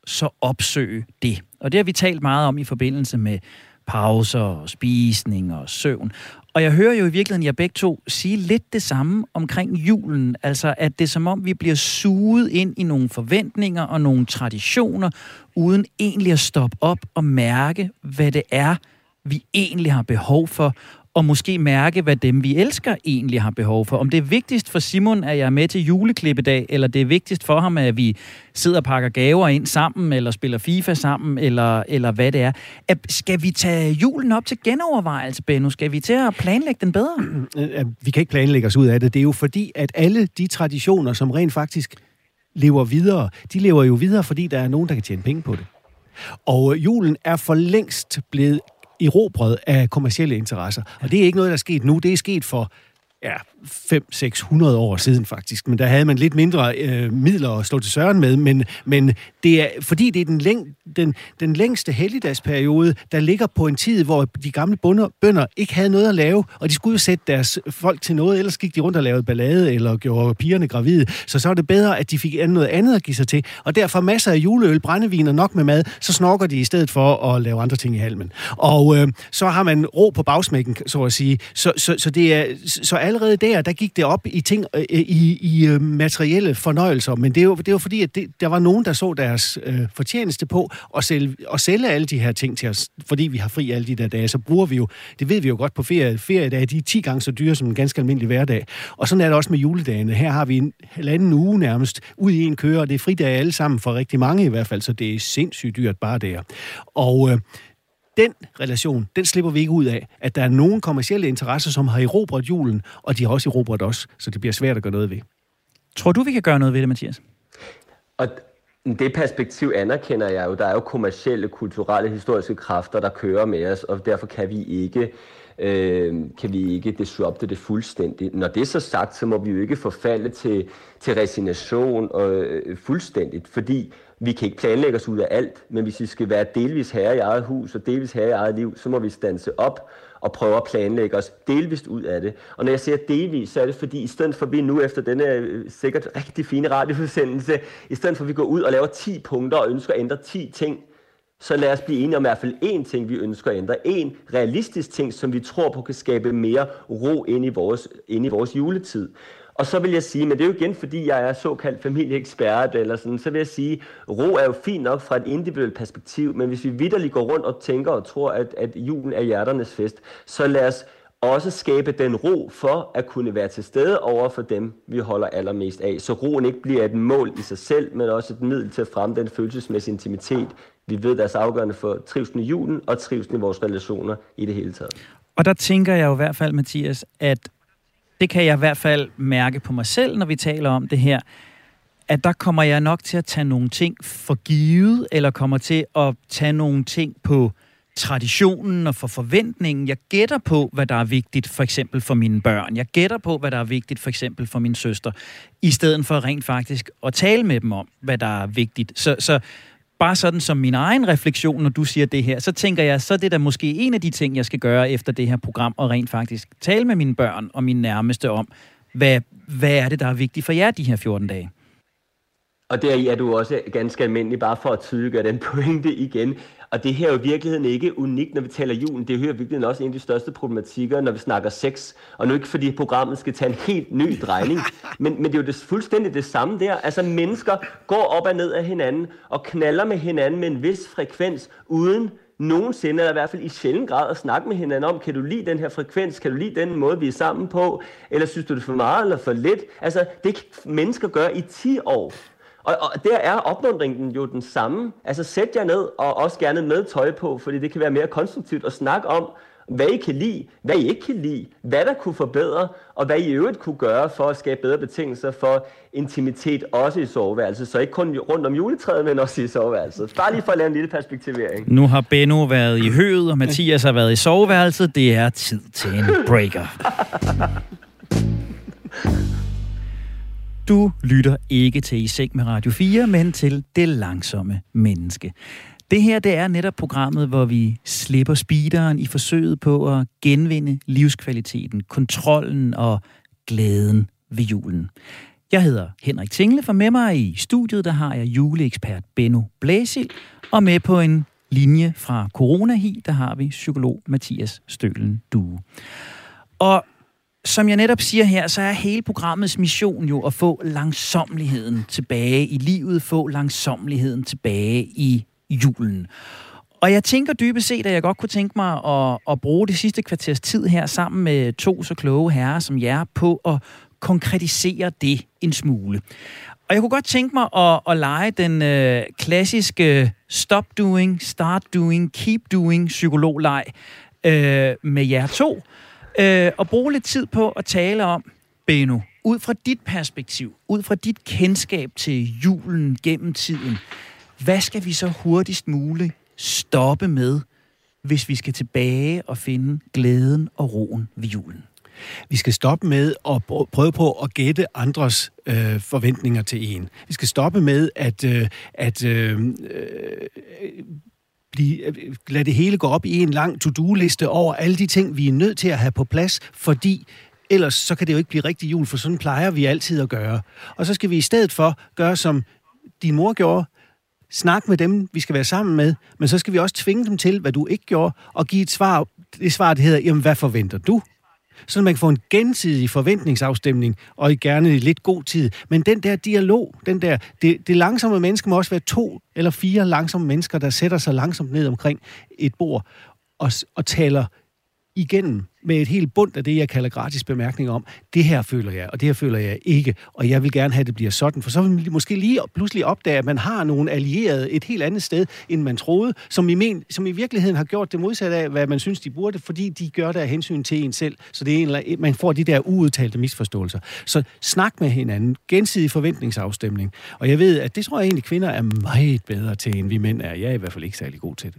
S1: så opsøge det. Og det har vi talt meget om i forbindelse med pauser og spisning og søvn. Og jeg hører jo i virkeligheden jer begge to sige lidt det samme omkring julen. Altså, at det er som om, vi bliver suget ind i nogle forventninger og nogle traditioner, uden egentlig at stoppe op og mærke, hvad det er, vi egentlig har behov for, og måske mærke, hvad dem, vi elsker, egentlig har behov for. Om det er vigtigst for Simon, at jeg er med til juleklippedag, eller det er vigtigst for ham, at vi sidder og pakker gaver ind sammen, eller spiller FIFA sammen, eller, eller hvad det er. Skal vi tage julen op til genovervejelse, Benno? Skal vi til at planlægge den bedre?
S2: Vi kan ikke planlægge os ud af det. Det er jo fordi, at alle de traditioner, som rent faktisk lever videre, de lever jo videre, fordi der er nogen, der kan tjene penge på det. Og julen er for længst blevet erobret af kommercielle interesser. Og det er ikke noget, der er sket nu. Det er sket for ja, fem til seks hundrede år siden faktisk. Men der havde man lidt mindre øh, midler at slå til søren med. Men, men det er, fordi det er den, læng, den, den længste helligdagsperiode, der ligger på en tid, hvor de gamle bunder, bønder ikke havde noget at lave, og de skulle jo sætte deres folk til noget, ellers gik de rundt og lavede ballade, eller gjorde pigerne gravide. Så så er det bedre, at de fik noget andet at give sig til. Og derfor masser af juleøl, brændevin og nok med mad, så snorker de i stedet for at lave andre ting i halmen. Og øh, så har man ro på bagsmækken, så at sige. Så, så, så, det er, så allerede der, der gik det op i ting, i, i materielle fornøjelser, men det er jo, det er jo fordi, at det, der var nogen, der så deres øh, fortjeneste på at sælge, at sælge alle de her ting til os, fordi vi har fri alle de der dage, så bruger vi jo, det ved vi jo godt på ferie, feriedage, de er ti gange så dyre som en ganske almindelig hverdag. Og sådan er det også med juledagene. Her har vi en halvanden uge nærmest ud i en køre, og det er fridage alle sammen for rigtig mange i hvert fald, så det er sindssygt dyrt bare der. Og øh, den relation, den slipper vi ikke ud af, at der er nogle kommercielle interesser, som har erobret julen, og de har også erobret os, så det bliver svært at gøre noget ved.
S1: Tror du, vi kan gøre noget ved det, Mathias?
S3: Og det perspektiv anerkender jeg jo. Der er jo kommercielle, kulturelle, historiske kræfter, der kører med os, og derfor kan vi ikke, øh, kan vi ikke disrupte det fuldstændigt. Når det er så sagt, så må vi jo ikke forfalde til, til resignation og, øh, fuldstændigt, fordi vi kan ikke planlægge os ud af alt, men hvis vi skal være delvis herre i eget hus og delvis herre i eget liv, så må vi standse op og prøve at planlægge os delvist ud af det. Og når jeg siger delvis, så er det fordi, i stedet for at vi nu efter denne sikkert rigtig fine radioudsendelse, i stedet for at vi går ud og laver ti punkter og ønsker at ændre ti ting, så lad os blive enige om i hvert fald én ting, vi ønsker at ændre. En realistisk ting, som vi tror på kan skabe mere ro ind i vores, ind i vores juletid. Og så vil jeg sige, men det er jo igen, fordi jeg er såkaldt familieekspert, eller sådan, så vil jeg sige, ro er jo fint nok fra et individuelt perspektiv, men hvis vi vitterligt går rundt og tænker og tror, at, at julen er hjerternes fest, så lad os også skabe den ro for at kunne være til stede over for dem, vi holder allermest af. Så roen ikke bliver et mål i sig selv, men også et middel til at fremme den følelsesmæssige intimitet, vi ved, der er så afgørende for trivslen i julen og trivslen i vores relationer i det hele taget.
S1: Og der tænker jeg jo i hvert fald, Mathias, at det kan jeg i hvert fald mærke på mig selv, når vi taler om det her, at der kommer jeg nok til at tage nogle ting for givet, eller kommer til at tage nogle ting på traditionen og for forventningen. Jeg gætter på, hvad der er vigtigt, for eksempel for mine børn. Jeg gætter på, hvad der er vigtigt, for eksempel for min søster, i stedet for rent faktisk at tale med dem om, hvad der er vigtigt. Så, så bare sådan som min egen refleksion, når du siger det her, så tænker jeg, så er det da måske en af de ting, jeg skal gøre efter det her program, og rent faktisk tale med mine børn og mine nærmeste om, hvad, hvad er det, der er vigtigt for jer de her fjorten dage?
S3: Og deri er du også ganske almindelig, bare for at tydeliggøre den pointe igen. Og det her er jo i virkeligheden ikke unikt, når vi taler julen. Det hører virkelig også en af de største problematikker, når vi snakker sex. Og nu ikke fordi programmet skal tage en helt ny drejning, men, men det er jo det, fuldstændig det samme der. Altså mennesker går op og ned af hinanden og knaller med hinanden med en vis frekvens, uden nogensinde, eller i hvert fald i sjælden grad, at snakke med hinanden om, kan du lide den her frekvens, kan du lide den måde, vi er sammen på, eller synes du det er for meget eller for lidt? Altså det kan mennesker gøre i ti år. Og, og der er opmuntringen jo den samme. Altså sæt jer ned og også gerne med tøj på, fordi det kan være mere konstruktivt at snakke om, hvad I kan lide, hvad I ikke kan lide, hvad der kunne forbedre, og hvad I i øvrigt kunne gøre for at skabe bedre betingelser for intimitet også i soveværelset. Så ikke kun rundt om juletræet, men også i soveværelset. Bare lige for at lave en lille perspektivering.
S1: Nu har Benno været i høet, og Mathias har været i soveværelset. Det er tid til en breaker. Du lytter ikke til I Seng med Radio fire, men til Det Langsomme Menneske. Det her, det er netop programmet, hvor vi slipper speederen i forsøget på at genvinde livskvaliteten, kontrollen og glæden ved julen. Jeg hedder Henrik Tingle, for med mig i studiet, der har jeg juleekspert Benno Blæsild, og med på en linje fra Coronahi, der har vi psykolog Mathias Stølen Due. Og som jeg netop siger her, så er hele programmets mission jo at få langsommeligheden tilbage i livet, få langsommeligheden tilbage i julen. Og jeg tænker dybest set, at jeg godt kunne tænke mig at, at bruge det sidste kvarters tid her sammen med to så kloge herrer som jer på at konkretisere det en smule. Og jeg kunne godt tænke mig at, at lege den øh, klassiske stop doing, start doing, keep doing psykologleg øh, med jer to. Øh, og bruge lidt tid på at tale om, Benno, ud fra dit perspektiv, ud fra dit kendskab til julen gennem tiden, hvad skal vi så hurtigst muligt stoppe med, hvis vi skal tilbage og finde glæden og roen ved julen?
S2: Vi skal stoppe med at prøve på at gætte andres øh, forventninger til en. Vi skal stoppe med at, øh, at øh, blive, lade det hele gå op i en lang to-do-liste over alle de ting, vi er nødt til at have på plads, fordi ellers så kan det jo ikke blive rigtig jul, for sådan plejer vi altid at gøre. Og så skal vi i stedet for gøre, som din mor gjorde, snak med dem, vi skal være sammen med, men så skal vi også tvinge dem til, hvad du ikke gjorde, og give et svar, det svar, det hedder, jamen hvad forventer du? Så man kan få en gensidig forventningsafstemning, og gerne i lidt god tid. Men den der dialog, den der, det, det langsomme menneske må også være to eller fire langsomme mennesker, der sætter sig langsomt ned omkring et bord og, og taler igennem med et helt bundt af det, jeg kalder gratis bemærkninger om. Det her føler jeg, og det her føler jeg ikke, og jeg vil gerne have, at det bliver sådan, for så vil man måske lige pludselig opdage, at man har nogle allierede et helt andet sted, end man troede, som i, men, som i virkeligheden har gjort det modsatte af, hvad man synes, de burde, fordi de gør det af hensyn til en selv. Så det er en, man får de der uudtalte misforståelser. Så snak med hinanden, gensidig forventningsafstemning. Og jeg ved, at det tror jeg egentlig, kvinder er meget bedre til, end vi mænd er. Jeg er i hvert fald ikke særlig god til det.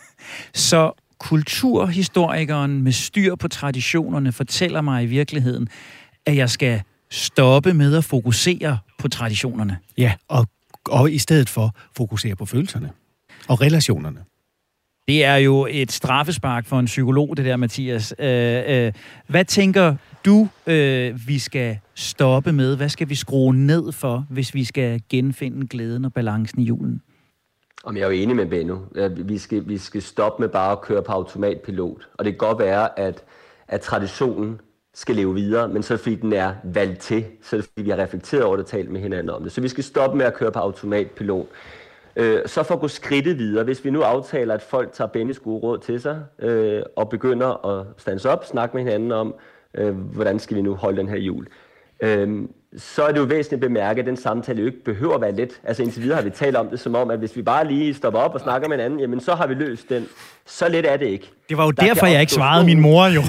S1: Så kulturhistorikeren med styr på traditionerne fortæller mig i virkeligheden, at jeg skal stoppe med at fokusere på traditionerne.
S2: Ja, og, og i stedet for fokusere på følelserne og relationerne.
S1: Det er jo et straffespark for en psykolog, det der, Mathias. Øh, øh, hvad tænker du, øh, vi skal stoppe med? Hvad skal vi skrue ned for, hvis vi skal genfinde glæden og balancen i julen?
S3: Om jeg er jo enig med Benno. Vi skal, vi skal stoppe med bare at køre på automatpilot. Og det kan godt være, at, at traditionen skal leve videre, men så er det fordi, den er valgt til. Så er det fordi, vi har reflekteret over det og talt med hinanden om det. Så vi skal stoppe med at køre på automatpilot. Øh, så for at gå skridtet videre, hvis vi nu aftaler, at folk tager Bennys gode råd til sig, øh, og begynder at stands op, snakke med hinanden om, øh, hvordan skal vi nu holde den her jul. Øh, så er det jo væsentligt at bemærke, at den samtale jo ikke behøver at være let. Altså indtil videre har vi talt om det som om, at hvis vi bare lige stopper op og snakker med hinanden, jamen så har vi løst den. Så let er det ikke.
S1: Det var jo der derfor, jeg ikke svarede min mor jo.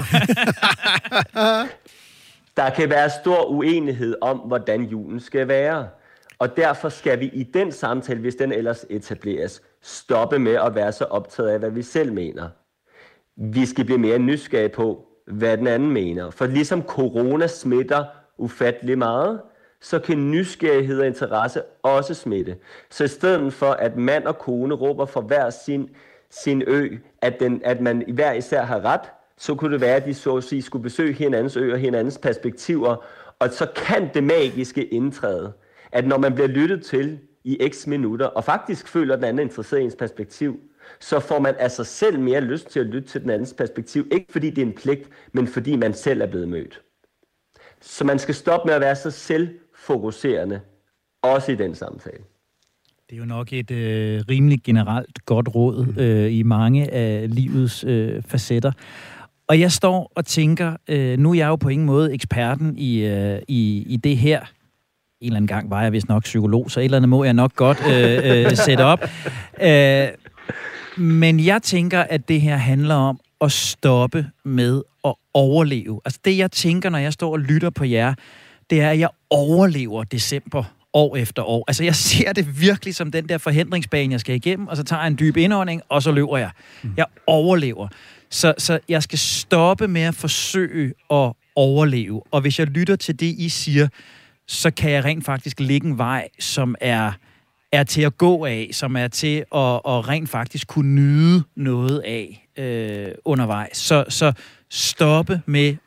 S3: Der kan være stor uenighed om, hvordan julen skal være. Og derfor skal vi i den samtale, hvis den ellers etableres, stoppe med at være så optaget af, hvad vi selv mener. Vi skal blive mere nysgerrige på, hvad den anden mener. For ligesom corona smitter ufattelig meget, så kan nysgerrighed og interesse også smitte. Så i stedet for, at mand og kone råber for hver sin, sin ø, at, den, at man hver især har ret, så kunne det være, at de så at sige skulle besøge hinandens ø og hinandens perspektiver, og så kan det magiske indtræde, at når man bliver lyttet til i x minutter, og faktisk føler den anden interesseret i ens perspektiv, så får man af sig selv mere lyst til at lytte til den andens perspektiv, ikke fordi det er en pligt, men fordi man selv er blevet mødt. Så man skal stoppe med at være så selvfokuserende, også i den samtale.
S1: Det er jo nok et øh, rimelig generelt godt råd øh, i mange af livets øh, facetter. Og jeg står og tænker, øh, nu er jeg jo på ingen måde eksperten i, øh, i, i det her. En eller anden gang var jeg vist nok psykolog, så et eller andet må jeg nok godt øh, øh, sætte op. Øh, men jeg tænker, at det her handler om at stoppe med at overleve. Altså det, jeg tænker, når jeg står og lytter på jer, det er, at jeg overlever december år efter år. Altså jeg ser det virkelig som den der forhindringsbane, jeg skal igennem, og så tager jeg en dyb indånding, og så løber jeg. Jeg overlever. Så, så jeg skal stoppe med at forsøge at overleve. Og hvis jeg lytter til det, I siger, så kan jeg rent faktisk lægge en vej, som er, er til at gå af, som er til at, at rent faktisk kunne nyde noget af øh, undervejs. Så, så stoppe med at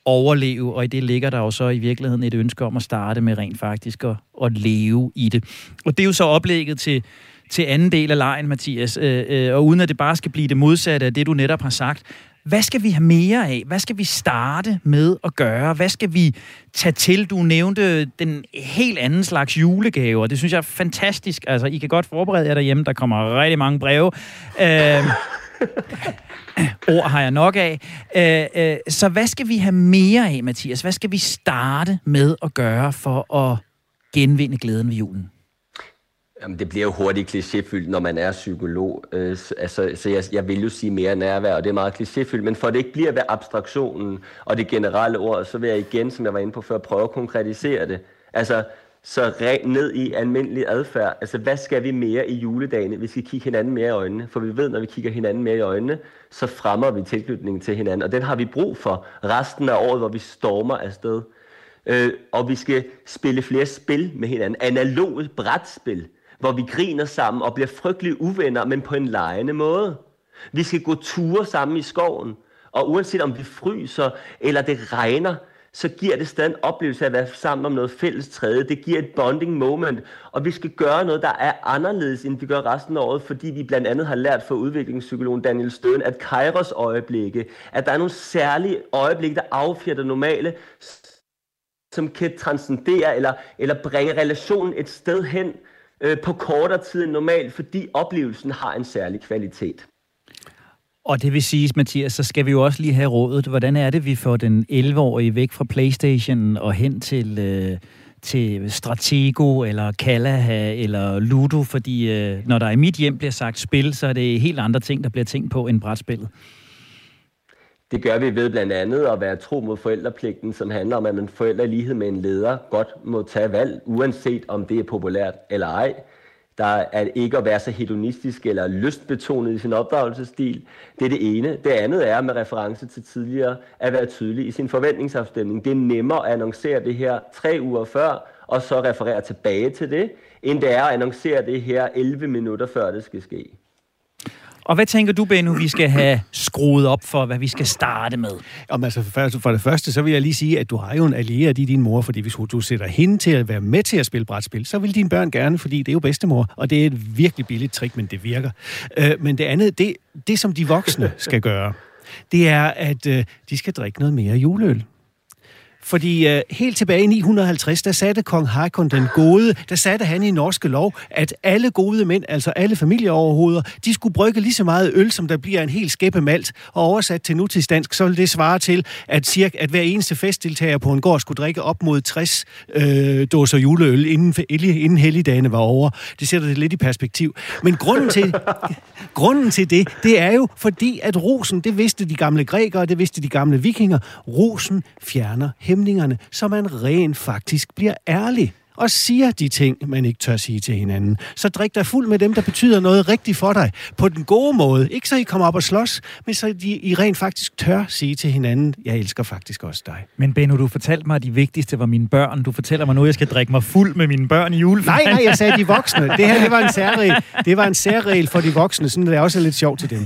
S1: overleve, og i det ligger der jo så i virkeligheden et ønske om at starte med rent faktisk at, at leve i det. Og det er jo så oplægget til, til anden del af lejen, Mathias, øh, øh, og uden at det bare skal blive det modsatte af det, du netop har sagt. Hvad skal vi have mere af? Hvad skal vi starte med at gøre? Hvad skal vi tage til? Du nævnte den helt anden slags julegaver. Det synes jeg er fantastisk. Altså, I kan godt forberede jer derhjemme. Der kommer rigtig mange breve. Øh, ord har jeg nok af. Øh, øh, så hvad skal vi have mere af, Mathias? Hvad skal vi starte med at gøre for at genvinde glæden ved julen?
S3: Jamen, det bliver jo hurtigt klichéfyldt, når man er psykolog. Øh, altså, så jeg, jeg vil jo sige mere nærvær, og det er meget klichéfyldt. Men for at det ikke bliver ved abstraktionen og det generelle ord, så vil jeg igen, som jeg var inde på før, prøve at konkretisere det. Altså, så rent ned i almindelig adfærd. Altså, hvad skal vi mere i juledagene? Vi skal kigge hinanden mere i øjnene. For vi ved, når vi kigger hinanden mere i øjnene, så fremmer vi tilknytningen til hinanden. Og den har vi brug for resten af året, hvor vi stormer afsted. Øh, og vi skal spille flere spil med hinanden. Analogt brætspil, hvor vi griner sammen og bliver frygtelige uvenner, men på en legende måde. Vi skal gå ture sammen i skoven, og uanset om vi fryser eller det regner, så giver det stadig en oplevelse af at være sammen om noget fælles træde. Det giver et bonding moment, og vi skal gøre noget, der er anderledes, end vi gør resten af året, fordi vi blandt andet har lært fra udviklingspsykologen Daniel Stern, at Kairos øjeblikke, at der er nogle særlige øjeblikke, der affjer det normale, som kan transcendere eller, eller bringe relationen et sted hen, på kortere tid end normalt, fordi oplevelsen har en særlig kvalitet.
S1: Og det vil sige, Mathias, så skal vi jo også lige have rådet. Hvordan er det, vi får den elleve-årige væk fra PlayStation og hen til, øh, til Stratego, eller Kalaha, eller Ludo? Fordi øh, når der i mit hjem bliver sagt spil, så er det helt andre ting, der bliver tænkt på end brætspillet.
S3: Det gør vi ved blandt andet at være tro mod forældrepligten, som handler om, at man forældre i lighed med en leder godt må tage valg, uanset om det er populært eller ej. Der er ikke at være så hedonistisk eller lystbetonet i sin opdragelsesstil. Det er det ene. Det andet er med reference til tidligere at være tydelig i sin forventningsafstemning. Det er nemmere at annoncere det her tre uger før, og så referere tilbage til det, end det er at annoncere det her elleve minutter før det skal ske.
S1: Og hvad tænker du, Benno, vi skal have skruet op for, hvad vi skal starte med?
S2: Jamen, altså, for det første, så vil jeg lige sige, at du har jo en allieret i din mor, fordi hvis du sætter hende til at være med til at spille brætspil, så vil dine børn gerne, fordi det er jo bedstemor, og det er et virkelig billigt trick, men det virker. Øh, men det andet, det, det som de voksne skal gøre, det er, at øh, de skal drikke noget mere juleøl. Fordi øh, helt tilbage i ni hundrede og halvtreds, der satte kong Haakon den Gode, der satte han i norske lov, at alle gode mænd, altså alle familieoverhoveder, de skulle brygge lige så meget øl, som der bliver en hel skæppe malt. Og oversat til nutidsdansk, så vil det svare til, at, cirka, at hver eneste festdeltager på en gård skulle drikke op mod tres øh, dåser juleøl, inden, inden helligdagene var over. Det sætter det lidt i perspektiv. Men grunden til, grunden til det, det er jo fordi, at rosen, det vidste de gamle grækere, det vidste de gamle vikinger, rosen fjerner hæmningerne, så man rent faktisk bliver ærlig og siger de ting, man ikke tør sige til hinanden. Så drik dig fuld med dem, der betyder noget rigtigt for dig. På den gode måde. Ikke så I kommer op og slås, men så de, I rent faktisk tør sige til hinanden, jeg elsker faktisk også dig.
S1: Men Benno, du fortalte mig, at de vigtigste var mine børn. Du fortæller mig nu, at jeg skal drikke mig fuld med mine børn i juleferien.
S2: Nej, nej, jeg sagde de voksne. Det her, det var en særregel. Det var en særregel for de voksne, sådan det er også lidt sjovt til dem.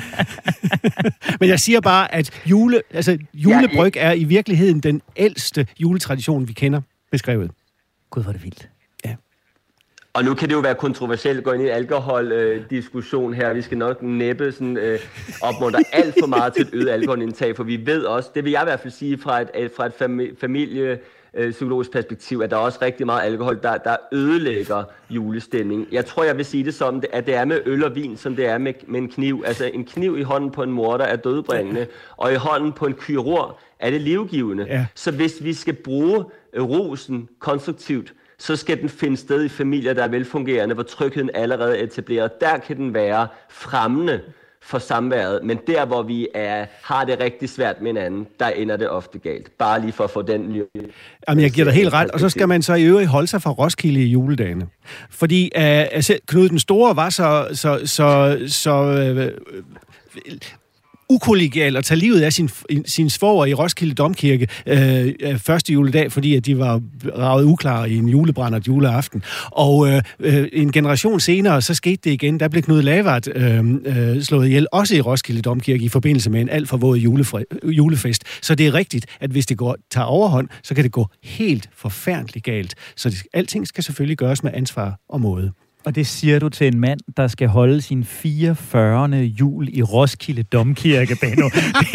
S2: Men jeg siger bare, at jule, altså, julebryg er i virkeligheden den ældste juletradition, vi kender beskrevet.
S1: Gud, hvor er det vildt.
S2: Ja.
S3: Og nu kan det jo være kontroversielt at gå ind i en alkoholdiskussion øh, her. Vi skal nok næppe sådan, øh, opmuntre alt for meget til et øget alkoholindtag, for vi ved også, det vil jeg i hvert fald sige fra et, fra et familiepsykologisk perspektiv, at der er også rigtig meget alkohol, der, der ødelægger julestemning. Jeg tror, jeg vil sige det som, at det er med øl og vin, som det er med, med en kniv. Altså en kniv i hånden på en morder er dødbringende, og i hånden på en kirurg er det livgivende. Ja. Så hvis vi skal bruge rosen konstruktivt, så skal den finde sted i familier, der er velfungerende, hvor trygheden allerede er etableret. Der kan den være fremmende for samværet, men der, hvor vi er, har det rigtig svært med hinanden, der ender det ofte galt. Bare lige for at få den nye...
S2: Jamen, jeg giver dig helt ret, og så skal man så i øvrigt holde sig fra Roskilde i juledagene. Fordi uh, altså, Knud den Store var så... så, så, så uh, ukollegialt at tage livet af sin, sin svoger i Roskilde Domkirke øh, første juledag, fordi at de var raget uklare i en julebrændert juleaften. Og øh, en generation senere, så skete det igen. Der blev Knud Lavard øh, øh, slået ihjel, også i Roskilde Domkirke, i forbindelse med en alt for våd julefri- julefest. Så det er rigtigt, at hvis det går, tager overhånd, så kan det gå helt forfærdeligt galt. Så det, alting skal selvfølgelig gøres med ansvar og måde.
S1: Og det siger du til en mand, der skal holde sin fireogfyrrende jul i Roskilde Domkirke, Benno.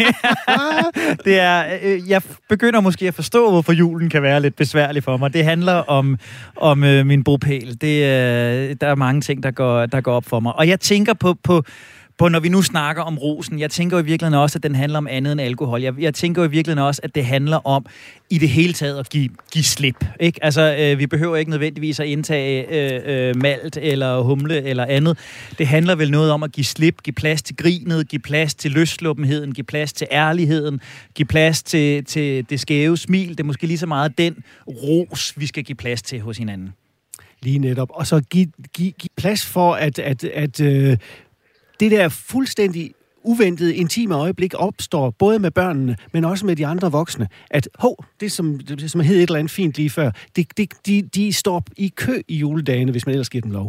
S1: Det er, øh, jeg begynder måske at forstå, hvorfor julen kan være lidt besværlig for mig. Det handler om, om øh, min bopæl. Det, øh, der er mange ting, der går, der går op for mig. Og jeg tænker på... på På, når vi nu snakker om rosen, jeg tænker jo i virkeligheden også, at den handler om andet end alkohol. Jeg, jeg tænker jo i virkeligheden også, at det handler om i det hele taget at give, give slip. Ikke? Altså, øh, vi behøver ikke nødvendigvis at indtage øh, øh, malt eller humle eller andet. Det handler vel noget om at give slip, give plads til grinet, give plads til løsluppenheden, give plads til ærligheden, give plads til, til det skæve smil. Det er måske lige så meget den ros, vi skal give plads til hos hinanden.
S2: Lige netop. Og så give, give, give plads for, at... at, at øh det der fuldstændig uventede, intime øjeblik opstår både med børnene, men også med de andre voksne. At, hov, det som, det, som hed et eller andet fint lige før, det, det, de, de står i kø i juledagene, hvis man ellers giver dem lov.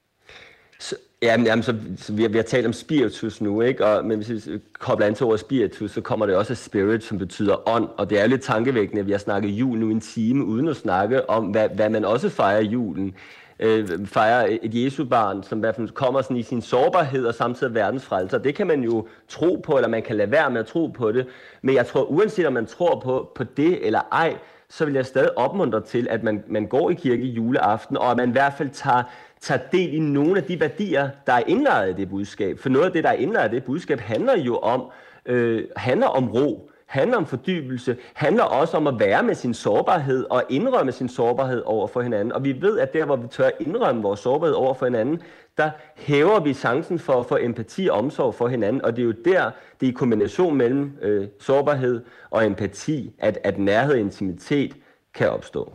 S3: Så, jamen, jamen, så, så vi, har, vi har talt om spiritus nu, ikke? Og, men hvis vi kobler an til ordet spiritus, så kommer det også af spirit, som betyder ånd. Og det er jo lidt tankevækkende, at vi har snakket jul nu en time, uden at snakke om, hvad, hvad man også fejrer julen. Øh, fejrer et Jesu-barn, som i hvert fald kommer sådan i sin sårbarhed og samtidig verdensfrelser. Det kan man jo tro på, eller man kan lade være med at tro på det. Men jeg tror, uanset om man tror på, på det eller ej, så vil jeg stadig opmuntre til, at man, man går i kirke juleaften, og at man i hvert fald tager, tager del i nogle af de værdier, der er indlejret i det budskab. For noget af det, der er indlejret i det budskab, handler jo om, øh, handler om ro. Handler om fordybelse, handler også om at være med sin sårbarhed og indrømme sin sårbarhed over for hinanden. Og vi ved, at der, hvor vi tør indrømme vores sårbarhed over for hinanden, der hæver vi chancen for at få empati og omsorg for hinanden. Og det er jo der, det er i kombination mellem øh, sårbarhed og empati, at, at nærhed og intimitet kan opstå.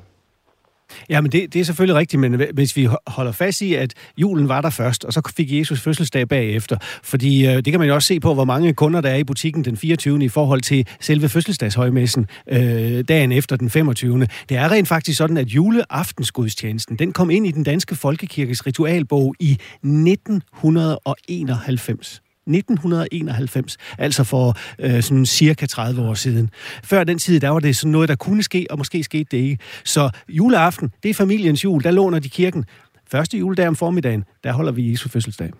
S2: Ja, men det, det er selvfølgelig rigtigt, men hvis vi holder fast i, at julen var der først, og så fik Jesus fødselsdag bagefter, fordi øh, det kan man jo også se på, hvor mange kunder der er i butikken den fireogtyvende i forhold til selve fødselsdagshøjmessen øh, dagen efter den femogtyvende. Det er rent faktisk sådan, at juleaftensgudstjenesten, den kom ind i den danske folkekirkes ritualbog i nitten enoghalvfems. nitten enoghalvfems, altså for øh, sådan cirka tredive år siden. Før den tid, der var det sådan noget, der kunne ske, og måske skete det ikke. Så juleaften, det er familiens jul, der låner de kirken. Første juledag om formiddagen, der holder vi Jesu fødselsdag.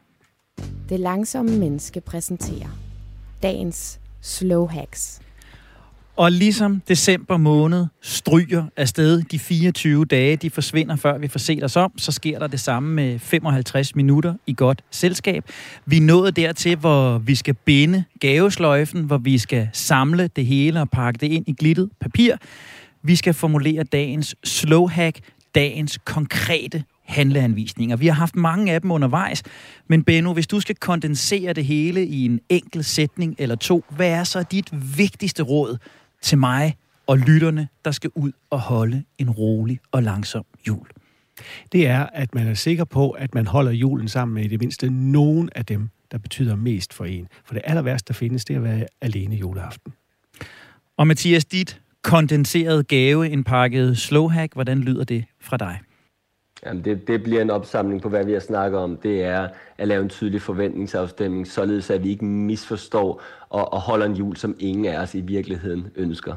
S4: Det langsomme menneske præsenterer dagens slow hacks.
S1: Og ligesom december måned stryger afsted de fireogtyve dage, de forsvinder, før vi får set os om, så sker der det samme med femoghalvtreds minutter i godt selskab. Vi er nået dertil, hvor vi skal binde gavesløjfen, hvor vi skal samle det hele og pakke det ind i glittet papir. Vi skal formulere dagens slow hack, dagens konkrete handleanvisninger. Vi har haft mange af dem undervejs, men Benno, hvis du skal kondensere det hele i en enkelt sætning eller to, hvad er så dit vigtigste råd til mig og lytterne, der skal ud og holde en rolig og langsom jul?
S2: Det er, at man er sikker på, at man holder julen sammen med i det mindste nogen af dem, der betyder mest for en. For det aller værste, der findes, det er at være alene juleaften.
S1: Og Mathias, dit kondenserede gaveindpakket slow hack, hvordan lyder det fra dig?
S3: Jamen det, det bliver en opsamling på, hvad vi har snakket om. Det er at lave en tydelig forventningsafstemning, således at vi ikke misforstår og, og holder en jul, som ingen af os i virkeligheden ønsker.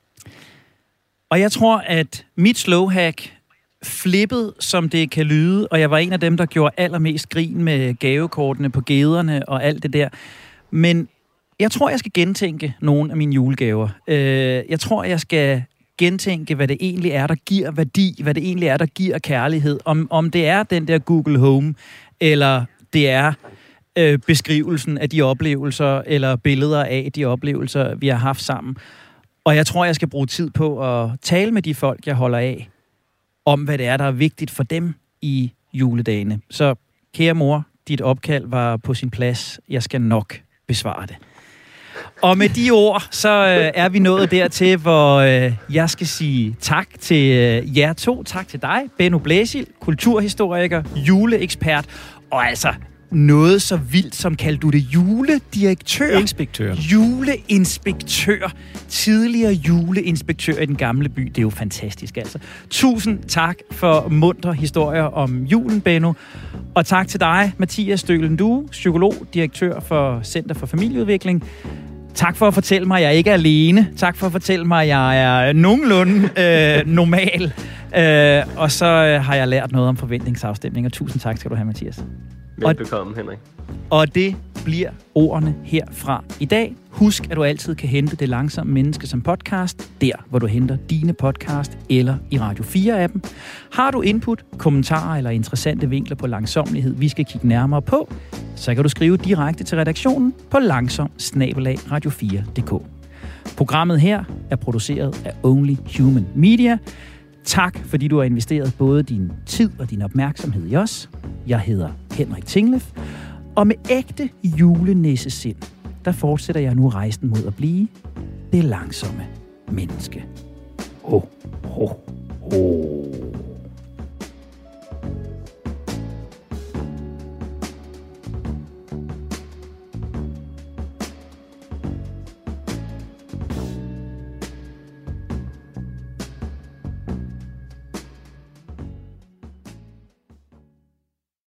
S1: Og jeg tror, at mit slow hack, flippet som det kan lyde, og jeg var en af dem, der gjorde allermest grin med gavekortene på gederne og alt det der, men jeg tror, jeg skal gentænke nogle af mine julegaver. Jeg tror, jeg skal gentænke, hvad det egentlig er, der giver værdi, hvad det egentlig er, der giver kærlighed. Om, om det er den der Google Home, eller det er øh, beskrivelsen af de oplevelser, eller billeder af de oplevelser, vi har haft sammen. Og jeg tror, jeg skal bruge tid på at tale med de folk, jeg holder af, om hvad det er, der er vigtigt for dem i juledagene. Så kære mor, dit opkald var på sin plads. Jeg skal nok besvare det. Og med de ord, så øh, er vi nået dertil, hvor øh, jeg skal sige tak til øh, jer to. Tak til dig, Benno Blæsild, kulturhistoriker, juleekspert, og altså noget så vildt som, kaldte du det, juledirektør?
S2: Inspektør.
S1: Juleinspektør. Tidligere juleinspektør i den gamle by. Det er jo fantastisk, altså. Tusind tak for muntre historier om julen, Benno. Og tak til dig, Mathias Stølen Due, psykolog, direktør for Center for Familieudvikling. Tak for at fortælle mig, at jeg ikke er alene. Tak for at fortælle mig, at jeg er nogenlunde øh, normal. Øh, og så øh, har jeg lært noget om forventningsafstemning. Og tusind tak skal du have, Mathias.
S3: Velbekomme, Henrik.
S1: Og det bliver ordene herfra i dag. Husk, at du altid kan hente Det Langsomme Menneske som podcast, der hvor du henter dine podcast eller i Radio fire-appen. Har du input, kommentarer eller interessante vinkler på langsommelighed, vi skal kigge nærmere på, så kan du skrive direkte til redaktionen på langsom bindestreg radio fire punktum d k. Programmet her er produceret af Only Human Media. Tak, fordi du har investeret både din tid og din opmærksomhed i os. Jeg hedder Henrik Tinglef, og med ægte julenissesind, der fortsætter jeg nu rejsen mod at blive det langsomme menneske. Ho, ho.